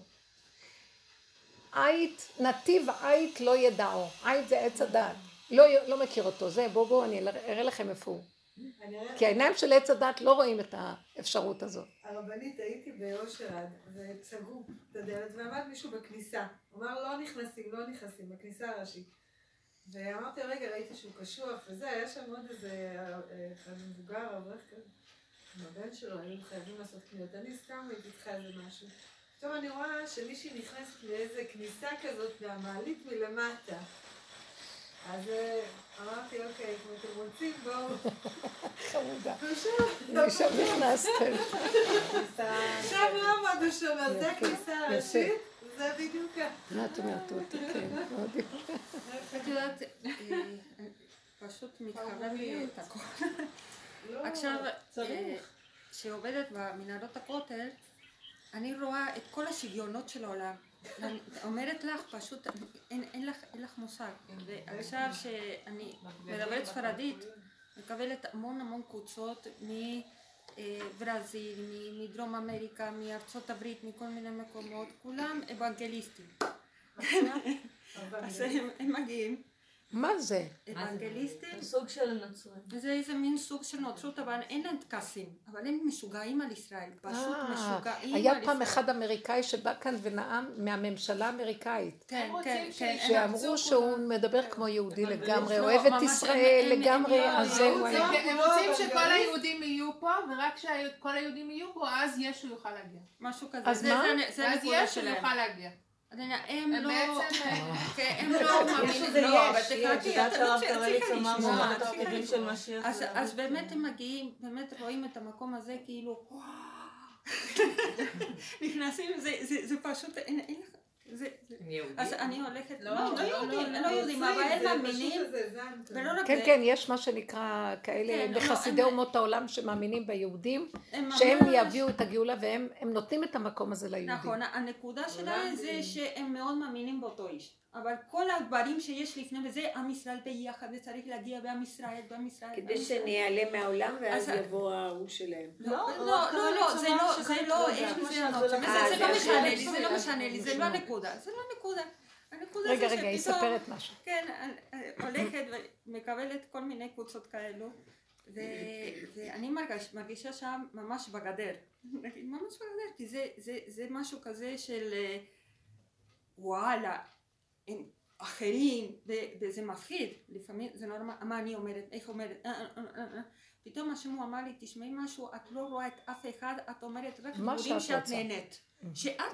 [SPEAKER 1] עית, נתיב עית לא ידעו. עית זה עץ הדעת. לא מכיר אותו. זה, בואו, אני אראה לכם איפה הוא. כי העיניים של עץ הדעת לא רואים את האפשרות הזאת.
[SPEAKER 2] הרבנית, הייתי באושרד, וסגרו את הדלת, ועמד מישהו בכניסה. הוא אמר, לא נכנסים, בכניסה הראשית. ואמרתי, רגע, ראיתי שהוא קשוח, וזה, היה שם עוד איזה מבוגר, אברך כזה. עם הבן שלו, היינו חייבים לעשות קניות. אני סתם הייתי צריכה איזה משהו. פתאום אני רואה שמישהי נכנסת לאיזה כניסה כזאת מהמעלית מלמטה. אז אמרתי, אוקיי, אם אתם רוצים, בואו.
[SPEAKER 1] חמודה. עכשיו נכנסתם.
[SPEAKER 2] עכשיו לא עמדו שם, אז זה הכניסה הראשית, זה בדיוק ככה.
[SPEAKER 1] מה את אומרת אותי? כן, מאוד יפה.
[SPEAKER 9] את יודעת, פשוט מתחבר לי את הכל. עכשיו, שעובדת במנהרות הכותל, אני רואה את כל השוויונות של העולם. אני אומרת לך, פשוט אין לך מושג. ועכשיו שאני מדברת ספרדית, מקבלת המון קבוצות מברזיל, מדרום אמריקה, מארצות הברית, מכל מיני מקומות, כולם אוונגליסטים. אז הם מגיעים.
[SPEAKER 1] מה זה?
[SPEAKER 9] אוונגליסטים?
[SPEAKER 7] סוג של נוצרים.
[SPEAKER 9] זה איזה מין סוג של נוצרות, אבל אין להם טקסים. אבל הם משוגעים על ישראל, פשוט משוגעים על ישראל.
[SPEAKER 1] היה פעם אחד אמריקאי שבא כאן ונאם מהממשלה האמריקאית.
[SPEAKER 9] כן.
[SPEAKER 1] שאמרו שהוא מדבר כמו יהודי לגמרי, אוהב את ישראל לגמרי, אז זהו.
[SPEAKER 10] הם רוצים שכל היהודים יהיו פה, ורק כשכל היהודים יהיו פה, אז ישו יוכל להגיע.
[SPEAKER 9] משהו כזה.
[SPEAKER 1] אז מה?
[SPEAKER 10] אז ישו יוכל להגיע.
[SPEAKER 9] הם לא
[SPEAKER 7] מאמינים, לא, אבל תקראתי,
[SPEAKER 9] אז באמת הם מגיעים, באמת רואים את המקום הזה כאילו נכנסים, זה פשוט, אין לך, אז אני הולכת, לא יודעים, אבל הם מאמינים, ולא רק זה.
[SPEAKER 1] כן, יש מה שנקרא כאלה בחסידי אומות העולם שמאמינים ביהודים, שהם יביאו את הגאולה והם נותנים את המקום הזה ליהודים.
[SPEAKER 9] נכון, הנקודה שלהם זה שהם מאוד מאמינים באותו איש, אבל כל הדברים שיש לפני וזה, עם ישראל ביחד, וצריך להגיע בעם ישראל.
[SPEAKER 8] כדי שנעלם מהעולם ואז יבוא ההוא שלהם.
[SPEAKER 9] לא, זה לא משנה לי, זה לא הנקודה.
[SPEAKER 1] רגע, היא ספרת משהו.
[SPEAKER 9] כן, הולכת ומקבלת כל מיני קבוצות כאלו, ואני מרגישה שם ממש בגדר, כי זה משהו כזה של וואלה, הם אחרים, וזה מפחיד, לפעמים זה נורא, מה אני אומרת, איך אומרת, פתאום השם הוא אמר לי, תשמעי משהו, את לא רואה את אף אחד, את אומרת רק דברים שאת נהנית, שאת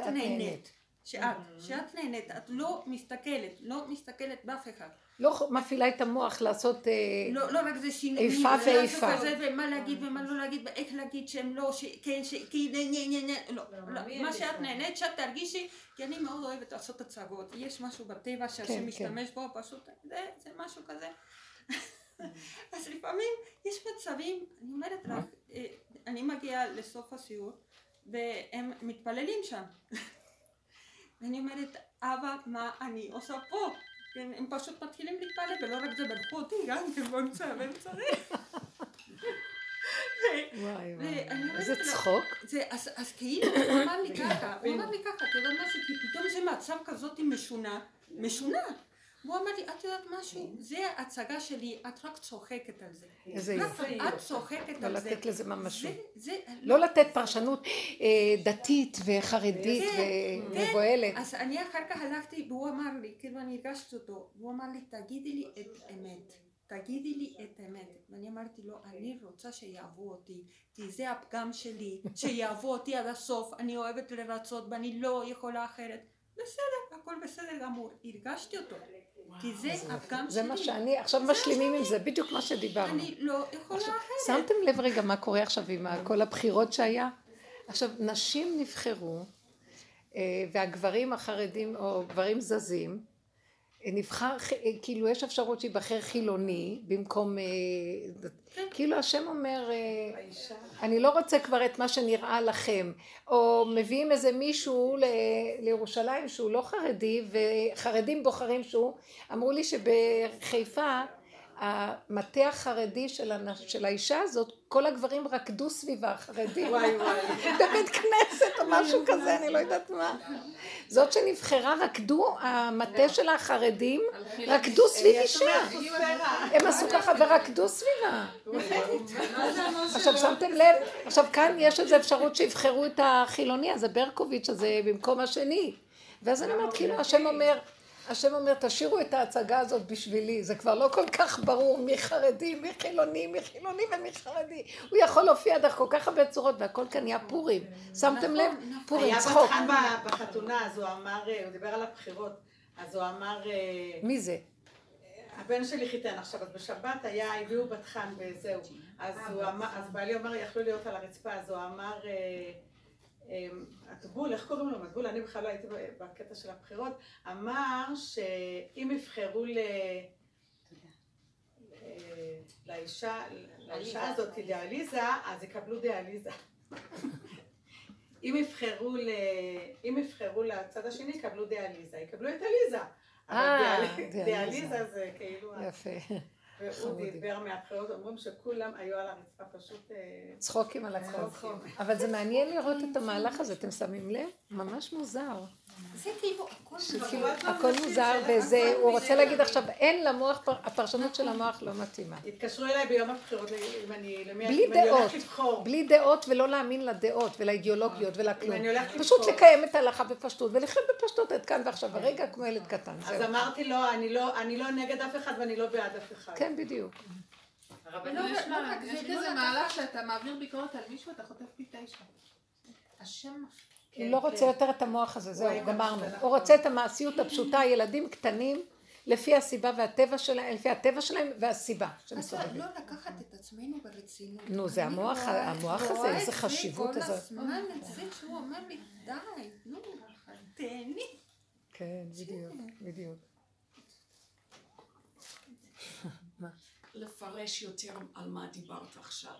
[SPEAKER 9] נהנית, את לא מסתכלת באף אחד.
[SPEAKER 1] לא מפעילה את המוח לעשות
[SPEAKER 9] לא רק זה שינוי,
[SPEAKER 1] איפה ואיפה.
[SPEAKER 9] ומה להגיד ומה לא להגיד, ואיך להגיד שהם לא, שכן, לא, מה שאת נהנית, שאת תרגישי, כי אני מאוד אוהבת לעשות הצגות, יש משהו בטבע שהשם משתמש בו, פשוט, זה משהו כזה. אז לפעמים יש מצבים, אני אומרת לך, אני מגיעה לסוף הסיור, והם מתפללים שם. ואני אומרת, אבא, מה אני עושה פה? הם פשוט מתחילים להתפלל, ולא רק זה, ברכו אותי גם כבונצה, והם צריך.
[SPEAKER 1] וואי, איזה צחוק.
[SPEAKER 9] אז כאילו, הוא אמר לי ככה, אתה יודע משהו, כי פתאום זה מצב כזאת משונה. הוא אמר לי, את יודעת משהו? זה הצגה שלי, את רק צוחקת על זה.
[SPEAKER 1] איזה יפה.
[SPEAKER 9] את צוחקת על זה.
[SPEAKER 1] לא לתת לזה ממשות. לא לתת פרשנות דתית וחרדית ומבוהלת.
[SPEAKER 9] אז אני אחר כך הלכתי, והוא אמר לי, כאילו אני הרגשתי אותו, והוא אמר לי, תגידי לי את האמת. ואני אמרתי לו, אני רוצה שיאהבו אותי, כי זה הפגם שלי, שיאהבו אותי עד הסוף, אני אוהבת לרצות ואני לא יכולה אחרת. בסדר, הכל בסדר גמור, הרגשתי אותו. כי זה הפגם שלי.
[SPEAKER 1] זה מה שאני, עכשיו משלימים עם זה, בדיוק מה שדיברנו.
[SPEAKER 9] אני לא יכולה אחרת.
[SPEAKER 1] שמתם לב רגע מה קורה עכשיו עם כל הבחירות שהיה? עכשיו, נשים נבחרו, והגברים החרדים או גברים זזים, נבחר, כאילו יש אפשרות שיבחר חילוני במקום, כאילו השם אומר, אני לא רוצה כבר את מה שנראה לכם, או מביאים איזה מישהו לירושלים שהוא לא חרדי, וחרדים בוחרים שהוא, אמרו לי שבחיפה, המטה החרדי של האישה הזאת, כל הגברים רקדו סביבה החרדים.
[SPEAKER 6] וואי וואי.
[SPEAKER 1] בבית כנסת או משהו כזה, אני לא יודעת מה. זאת שנבחרה, רקדו, המטה של החרדים, רקדו סביב אישה. הם עשו ככה ורקדו סביבה. עכשיו שמתם לב, עכשיו כאן יש איזו אפשרות שיבחרו את החילוני, אז הברקוביץ' הזה במקום השני. ואז אני אומרת, כאילו השם אומר, תשאירו את ההצגה הזאת בשבילי, זה כבר לא כל כך ברור מי חרדי, מי חילוני, מי חילוני ומי חרדי. הוא יכול להופיע דרך כל כך הרבה צורות, והכל כאן נהיה פורים. שמתם לב? פורים, צחוק.
[SPEAKER 6] היה בתחן בחתונה, אז הוא אמר, הוא דיבר על הבחירות, אז הוא אמר...
[SPEAKER 1] מי זה?
[SPEAKER 6] הבן שלי חיתן עכשיו, אז בשבת הביאו בתחן וזהו. אז בעלי אומר, יכלו להיות על הרצפה, אז הוא אמר... הטבול, איך קוראים לו? מטבול, אני בכלל לא הייתי בקטע של הבחירות, אמר שאם יבחרו לאישה הזאת דיאליזה, אז יקבלו דיאליזה. אם יבחרו לצד השני, יקבלו דיאליזה, יקבלו את עליזה. אבל דיאליזה זה כאילו...
[SPEAKER 1] יפה.
[SPEAKER 6] והוא דיבר מהבחירות, אומרים שכולם היו על הרצפה פשוט...
[SPEAKER 1] צחוקים על הכל. אבל זה מעניין לראות את המהלך הזה, אתם שמים לב? ממש מוזר.
[SPEAKER 9] זה כאילו
[SPEAKER 1] הכל מוזר, וזה, הוא רוצה להגיד עכשיו, אין למוח, הפרשנות של המוח לא מתאימה.
[SPEAKER 6] התקשרו אליי ביום הבחירות, אם אני
[SPEAKER 1] הולכת לבחור. בלי דעות ולא להאמין לדעות ולאידיאולוגיות ולכלום. פשוט לקיים את ההלכה בפשטות ולחיות בפשטות עד כאן ועכשיו, הרגע כמו ילד קטן.
[SPEAKER 6] אז אמרתי לו, אני לא נגד אף אחד ואני לא בעד אף אחד.
[SPEAKER 1] כן, בדיוק.
[SPEAKER 10] יש כזה מהלך שאתה מעביר ביקורת על מישהו, אתה חוטף פי 9. השם...
[SPEAKER 1] הוא לא רוצה יותר את המוח הזה, זהו, גמרנו. הוא רוצה את המעשיות הפשוטה, ילדים קטנים, לפי הסיבה והטבע שלהם, לפי הטבע שלהם והסיבה.
[SPEAKER 9] אז לא לקחת את עצמנו ברצינות.
[SPEAKER 1] נו, זה המוח הזה, איזה חשיבות הזה.
[SPEAKER 9] כל הזמן את זה שהוא אומר לי, די, נו, תהני.
[SPEAKER 1] כן, בדיוק.
[SPEAKER 5] לפרש יותר על מה דיברת עכשיו.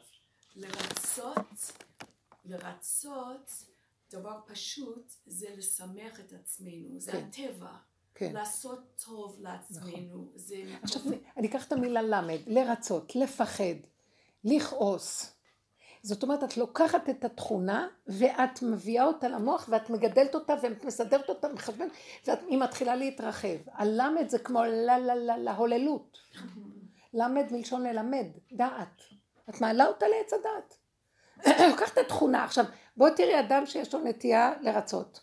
[SPEAKER 5] לרצות, דבר פשוט זה לשמח את עצמנו, זה הטבע. לעשות טוב לעצמנו.
[SPEAKER 1] עכשיו, אני אקח את המילה למד, לרצות, לפחד, לכעוס. זאת אומרת, את לוקחת את התכונה, ואת מביאה אותה למוח, ואת מגדלת אותה, ואת מסדרת אותה, והיא מתחילה להתרחב. הלמד זה כמו להוללות. למד מלשון ללמד, דעת. את מעלה אותה לעץ הדעת. לוקחת את התכונה. עכשיו, בוא תראי אדם שיש לו נטייה לרצות.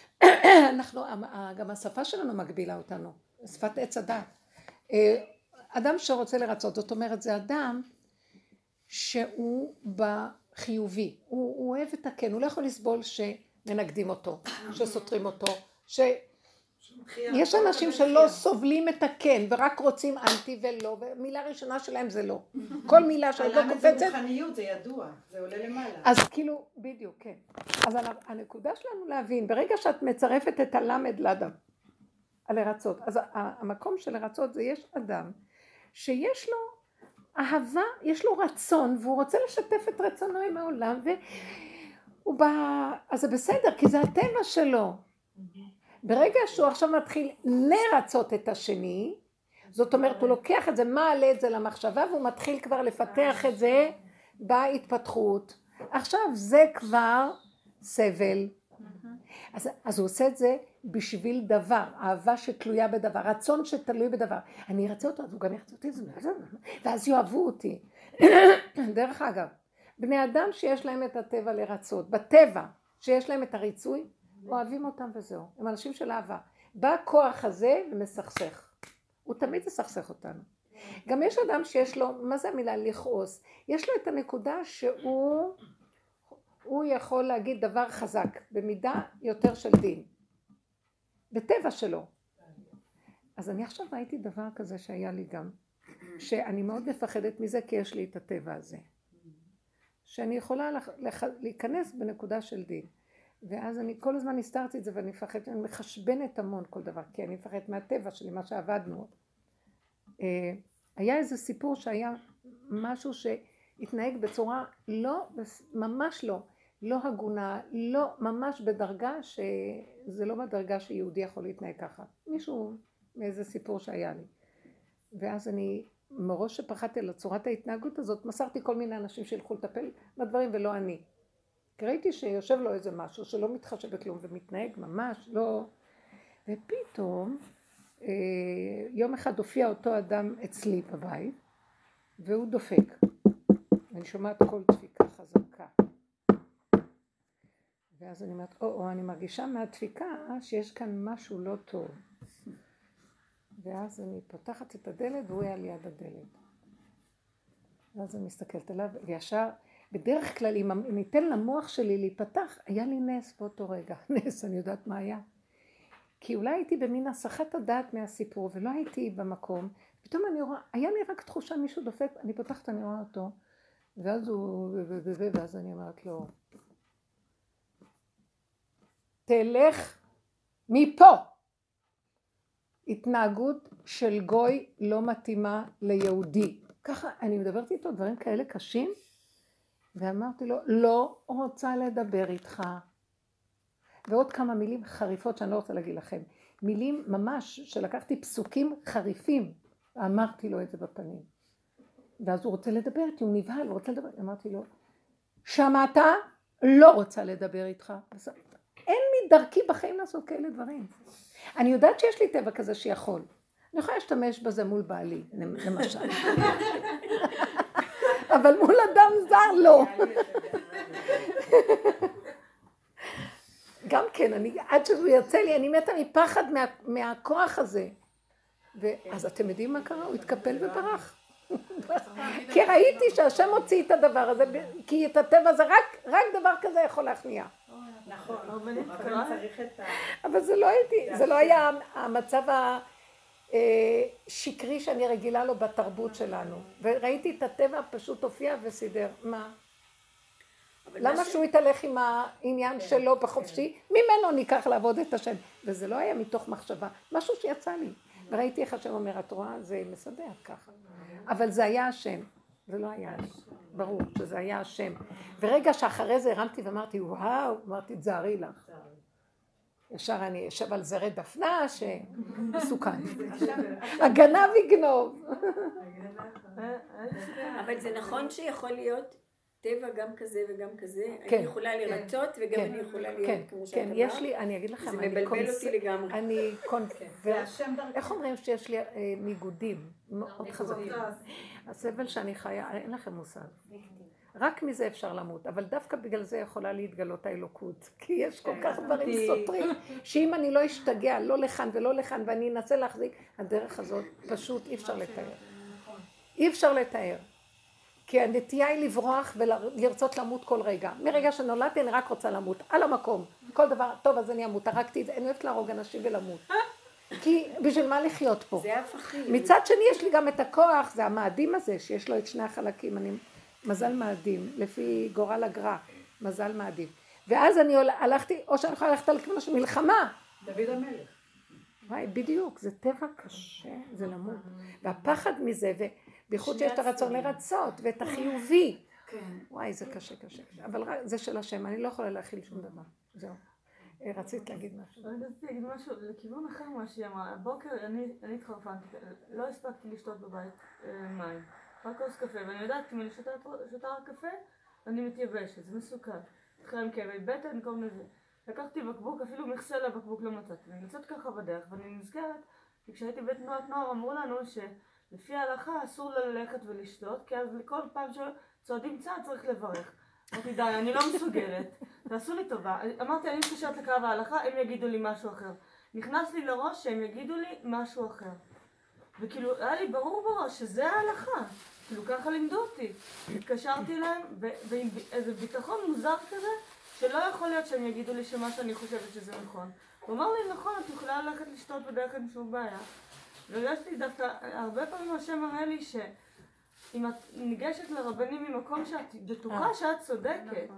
[SPEAKER 1] גם השפה שלנו מגבילה אותנו, שפת עץ הדעת. אדם שרוצה לרצות, זאת אומרת, זה אדם שהוא בחיובי. הוא אוהב את הכן, הוא לא יכול לסבול שמנגדים אותו, שסותרים אותו, יש אנשים שלא סובלים את הכן ורק רוצים אנטי ולא, ומילה ראשונה שלהם זה לא. כל מילה שאת לא קופצת.
[SPEAKER 6] זה רוחניות, זה ידוע, זה עולה למעלה.
[SPEAKER 1] אז כאילו, בדיוק, כן. אז הנקודה שלנו להבין, ברגע שאת מצרפת את הלמד לאדם, על לרצות, אז המקום של לרצות זה יש אדם שיש לו אהבה, יש לו רצון, והוא רוצה לשתף את רצונו עם העולם, אז זה בסדר, כי זה הטבע שלו. ברגע שהוא עכשיו מתחיל לרצות את השני, זאת אומרת, הוא לוקח את זה, מעלה את זה למחשבה, והוא מתחיל כבר לפתח את זה בהתפתחות. עכשיו זה כבר סבל. אז הוא עושה את זה בשביל דבר, אהבה שתלויה בדבר, רצון שתלוי בדבר. אני ארצה אותו, אז הוא גם ירצה אותי, ואז יאהבו אותי. דרך אגב, בני אדם שיש להם את הטבע לרצות, בטבע שיש להם את הריצוי, אוהבים אותם וזהו, הם אנשים של אהבה. בא הכוח הזה ומסכסך, הוא תמיד מסכסך אותנו. גם יש אדם שיש לו, מה זה המילה לכעוס? יש לו את הנקודה שהוא יכול להגיד דבר חזק, במידה יותר של דין, בטבע שלו. אז אני עכשיו ראיתי דבר כזה שהיה לי גם, שאני מאוד מפחדת מזה כי יש לי את הטבע הזה. שאני יכולה להיכנס בנקודה של דין. ואז אני כל הזמן הסתרתי את זה, ואני מפחדת, אני מחשבנת המון כל דבר, כי אני מפחדת מהטבע שלי, מה שעבדנו. היה איזה סיפור שהיה משהו שהתנהג בצורה לא, ממש לא הגונה, לא, ממש בדרגה שזה לא בדרגה שיהודי יכול להתנהג ככה. מישהו מאיזה סיפור שהיה לי. ואז אני, מראש שפחדתי על צורת ההתנהגות הזאת, מסרתי כל מיני אנשים שילכו לטפל בדברים ולא אני. כי ראיתי שיושב לו איזה משהו שלא מתחשב בכלום ומתנהג ממש לא... ופתאום יום אחד הופיע אותו אדם אצלי בבית והוא דופק. אני שומעת כל דפיקה חזקה. ואז אני אומרת, אני מרגישה מהדפיקה שיש כאן משהו לא טוב. ואז אני פותחת את הדלת והוא היה ליד הדלת. ואז אני מסתכלת עליו וישר, בדרך כלל אם ניתן למוח שלי להיפתח, היה לי נס באותו רגע. נס, אני יודעת מה היה. כי אולי הייתי במין הסחת הדעת מהסיפור ולא הייתי במקום. פתאום אני רואה, היה לי רק תחושה מישהו דופק, אני פותחת, אני רואה אותו. ואז ואז אני אומרת לו, תלך מפה. התנהגות של גוי לא מתאימה ליהודי. ככה אני מדברת איתו דברים כאלה קשים, ואמרתי לו, לא רוצה לדבר איתך. ועוד כמה מילים חריפות שאני לא רוצה להגיד לכם. מילים ממש שלקחתי פסוקים חריפים, אמרתי לו את זה בפנים. ואז הוא רוצה לדבר איתי, הוא נבהל, הוא רוצה לדבר. אמרתי לו, שמעת? לא רוצה לדבר איתך. אין לי דרכי בחיים לעשות כאלה דברים. אני יודעת שיש לי טבע כזה שיכול. אני יכולה להשתמש בזה מול בעלי, למשל. אבל מול אדם זר לא. גם כן, עד שהוא יוצא לי, אני מתה מפחד מהכוח הזה. אז אתם יודעים מה קרה? הוא התקפל וברח. כי ראיתי שהשם הוציא את הדבר הזה, כי את הטבע הזה, רק דבר כזה יכול להכניע.
[SPEAKER 6] נכון, אבל צריך את ה...
[SPEAKER 1] אבל זה לא היה המצב השקרי שאני רגילה לו בתרבות שלנו. וראיתי את הטבע פשוט הופיע וסידר. מה? למה שהוא יתהלך עם העניין שלו בחופשי? ממנו ניקח לעבוד את השם. וזה לא היה מתוך מחשבה, משהו שיצא לי. וראיתי איך השם אומר, את רואה, זה מסדר ככה. אבל זה היה השם, זה לא היה אני. ברור שזה היה השם. ורגע שאחרי זה הרמתי ואמרתי, וואו, אמרתי, תזהרי לך. ישר אני יושב על זרי דפנה שמסוכן. הגנב יגנוב.
[SPEAKER 8] אבל זה נכון שיכול להיות טבע גם כזה וגם כזה. אני יכולה לרצות וגם אני יכולה להיות כמו שאת אמרת.
[SPEAKER 1] כן, יש לי, אני אגיד לכם,
[SPEAKER 8] זה מבלבל אותי לגמרי.
[SPEAKER 1] איך אומרים שיש לי ניגודים מאוד חזקים? הסבל שאני חיה, אין לכם מושג. רק מזה אפשר למות, אבל דווקא בגלל זה יכולה להתגלות האלוקות. כי יש כל כך דברים סותרים, שאם אני לא אשתגע, לא לכאן ולא לכאן, ואני אנסה להחזיק, הדרך הזאת פשוט אי אפשר לתאר. אי אפשר לתאר. כי הנטייה היא לברוח ולרצות למות כל רגע. מרגע שנולדתי אני רק רוצה למות, על המקום. כל דבר, טוב אז אני אמות, הרגתי את זה, אני אוהבת להרוג אנשים ולמות. כי בשביל מה לחיות פה?
[SPEAKER 8] זה הפכים.
[SPEAKER 1] מצד שני יש לי גם את הכוח, זה המאדים הזה, שיש לו את שני החלקים, אני מזל מאדים, לפי גורל הגר"א, מזל מאדים. ואז אני הלכתי, או שאני יכולה ללכת על כיוון של מלחמה.
[SPEAKER 6] דוד המלך.
[SPEAKER 1] וואי, בדיוק, זה טבע קשה, זה למות. והפחד מזה, ובייחוד שיש את הרצון לרצות, ואת החיובי. וואי, זה קשה, קשה. אבל זה של השם, אני לא יכולה להכיל שום דבר. זהו. רצית להגיד משהו?
[SPEAKER 7] אני רציתי להגיד משהו לכיוון אחר מה שהיא אמרה. הבוקר אני התחרפנתי, לא הספקתי לשתות בבית מים. רק כוס קפה, ואני יודעת, אם אני שותה רק קפה, אני מתייבשת, זה מסוכן. התחילה עם כאבי בטן, כל מיני זה. לקחתי בקבוק, אפילו מכסה לבקבוק לא מצאתי. אני יוצאת ככה בדרך, ואני נזכרת, כי כשהייתי בתנועת נוער אמרו לנו שלפי ההלכה אסור ללכת ולשתות, כי אז כל פעם שצועדים צעד צריך לברך. אמרתי, די, אני לא מסוגלת, תעשו לי טובה. אמרתי, אני מתקשרת לקו ההלכה, הם יגידו לי משהו אחר. נכנס לי לראש שהם יגידו לי משהו אחר. וכאילו, היה לי ברור בראש שזה ההלכה. כאילו, ככה לימדו אותי. התקשרתי אליהם, ועם איזה ביטחון מוזר כזה, שלא יכול להיות שהם יגידו לי שמה שאני חושבת שזה נכון. הוא אמר לי, נכון, את יכולה ללכת לשתות בדרך אין שום בעיה. והרגשתי דווקא, הרבה פעמים השם מראה לי שאם את ניגשת לרבנים ממקום שאת בטוחה שאת צודקת,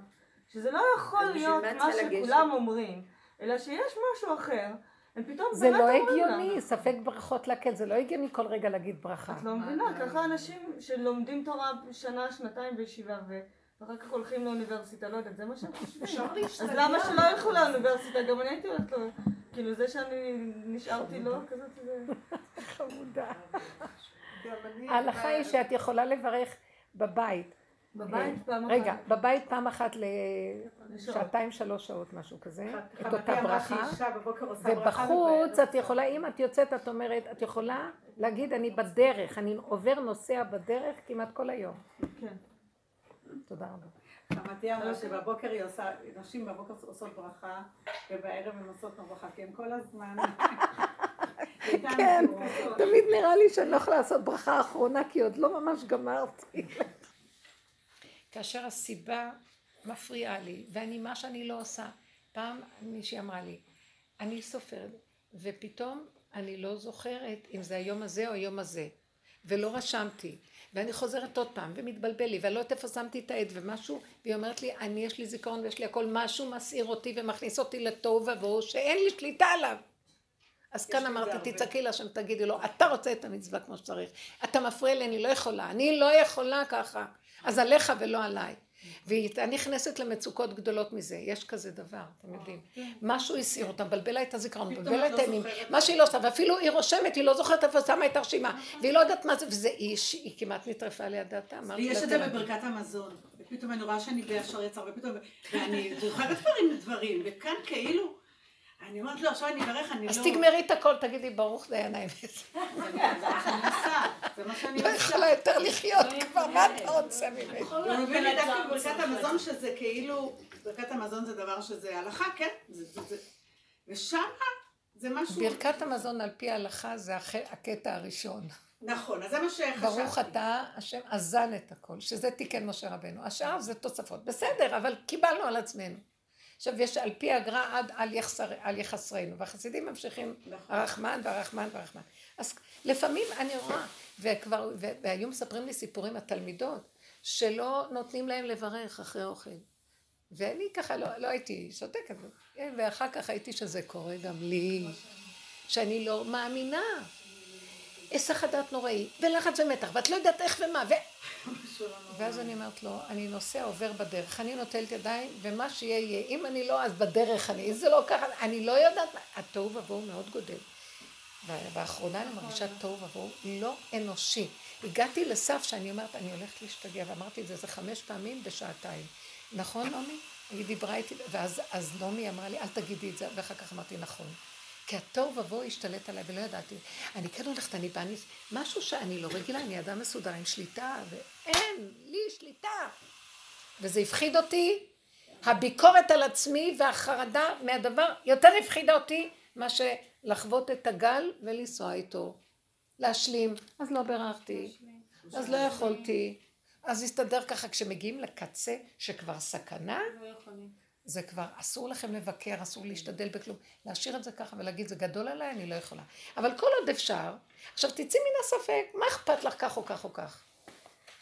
[SPEAKER 7] שזה לא יכול להיות מה שכולם אומרים, אלא שיש משהו אחר.
[SPEAKER 1] זה לא הגיוני, ספק ברכות להקל, זה לא הגיוני כל רגע להגיד ברכה.
[SPEAKER 7] את לא מבינה, ככה אנשים שלומדים תורה שנה, שנתיים בישיבה ואחר כך הולכים לאוניברסיטה, לא יודעת, זה מה שהם חושבים. אז למה שלא ילכו לאוניברסיטה? גם אני הייתי הולכת לו, כאילו זה שאני נשארתי לו, כזאת זה...
[SPEAKER 1] חמודה. ההלכה היא שאת יכולה לברך בבית.
[SPEAKER 7] בבית פעם אחת.
[SPEAKER 1] רגע, בבית פעם אחת לשעתיים, 3 שעות, משהו כזה, את אותה ברכה, ובחוץ את יכולה, אם את יוצאת, את אומרת, את יכולה להגיד, אני בדרך, אני עובר נוסע בדרך כמעט כל היום.
[SPEAKER 7] כן.
[SPEAKER 1] תודה רבה.
[SPEAKER 6] חמתי אמרה שבבוקר היא עושה, נשים בבוקר עושות ברכה, ובערב הן עושות ברכה, כי הן כל הזמן...
[SPEAKER 1] כן, תמיד נראה לי שאני לא יכולה לעשות ברכה אחרונה, כי עוד לא ממש גמרתי. כאשר הסיבה מפריעה לי, מה שאני לא עושה, פעם מישהי אמרה לי, אני סופרת, ופתאום אני לא זוכרת אם זה היום הזה או היום הזה, ולא רשמתי, ואני חוזרת עוד פעם, ומתבלבל לי, ואני לא יודעת איפה שמתי את העד ומשהו, והיא אומרת לי, יש לי זיכרון ויש לי הכל, משהו מסעיר אותי ומכניס אותי לתוהו ובוהו, שאין לי שליטה עליו. אז כאן אמרתי, תצעקי לה שם, תגידי לו, אתה רוצה את המצווה כמו שצריך, אתה מפריע לי, אני לא יכולה ככה, אז עליך ולא עליי. ואני נכנסת למצוקות גדולות מזה, יש כזה דבר, אתם יודעים. משהו הסיר אותה, בלבלה את הזיכרון, בלבלה את העינים, מה שהיא לא עושה, ואפילו היא רושמת, היא לא זוכרת איפה שמה את הרשימה, והיא לא יודעת מה זה, וזה איש, היא כמעט נטרפה ליד דעתה.
[SPEAKER 6] יש את זה בברכת המזון, ופתאום אני רואה שאני בישר יצר, ואני זוכרת דברים, וכאן כאילו, אני אומרת לו, עכשיו אני אברך, אני לא...
[SPEAKER 1] אז תגמרי את הכל, תגידי, ברוך דיין האמת.
[SPEAKER 6] זה מה שאני
[SPEAKER 1] לא יכולה יותר לחיות, כבר מה אתה רוצה ממני?
[SPEAKER 6] לא מבין לי דווקא ברכת המזון שזה כאילו, ברכת המזון זה דבר שזה הלכה, כן? ושמה זה משהו...
[SPEAKER 1] ברכת המזון על פי ההלכה זה הקטע הראשון.
[SPEAKER 6] נכון, אז זה מה שחשבתי.
[SPEAKER 1] ברוך אתה, השם אזן את הכל, שזה תיקן משה רבנו. השאר זה תוספות, בסדר, אבל קיבלנו על עצמנו. עכשיו יש על פי הגר"א עד על יחסרנו, והחסידים ממשיכים הרחמן והרחמן והרחמן. אז לפעמים אני רואה, והיו מספרים לי סיפורים התלמידות, שלא נותנים להם לברך אחרי אוכל. ואני ככה לא הייתי שותקת, ואחר כך הייתי שזה קורה גם לי, שאני לא מאמינה. היסח הדעת נוראי, ולחץ ומתח, ואת לא יודעת איך ומה, ואז אני אומרת לו, אני נוסע עובר בדרך, אני נוטלת ידיים, ומה שיהיה, אם אני לא, אז בדרך זה לא ככה, אני לא יודעת, התוהו ובוהו מאוד גודל. ובאחרונה אני מרגישה תוהו ובוהו לא אנושי. הגעתי לסף שאני אומרת, אני הולכת להשתגע, ואמרתי את זה 5 פעמים בשעתיים. נכון, נעמי? היא דיברה איתי, ואז נעמי אמרה לי, אל תגידי את זה, ואחר כך אמרתי, נכון. כי התוהו ובוהו השתלט עליי ולא ידעתי. אני כן הולכת, אני באה, משהו שאני לא רגילה, אני אדם מסודר עם שליטה, ואין לי שליטה. וזה הפחיד אותי, הביקורת על עצמי והחרדה מהדבר יותר הפחידה אותי, מה שלחוות את הגל ולנסוע איתו. להשלים, אז לא ברכתי, אז לא יכולתי, אז הסתדר ככה, כשמגיעים לקצה שכבר סכנה, זה כבר אסור לכם לבקר, אסור להשתדל בכלום, להשאיר את זה ככה ולהגיד, זה גדול עליי, אני לא יכולה. אבל כל עוד אפשר, עכשיו תצאי מן הספק, מה אכפת לך כך או כך או כך?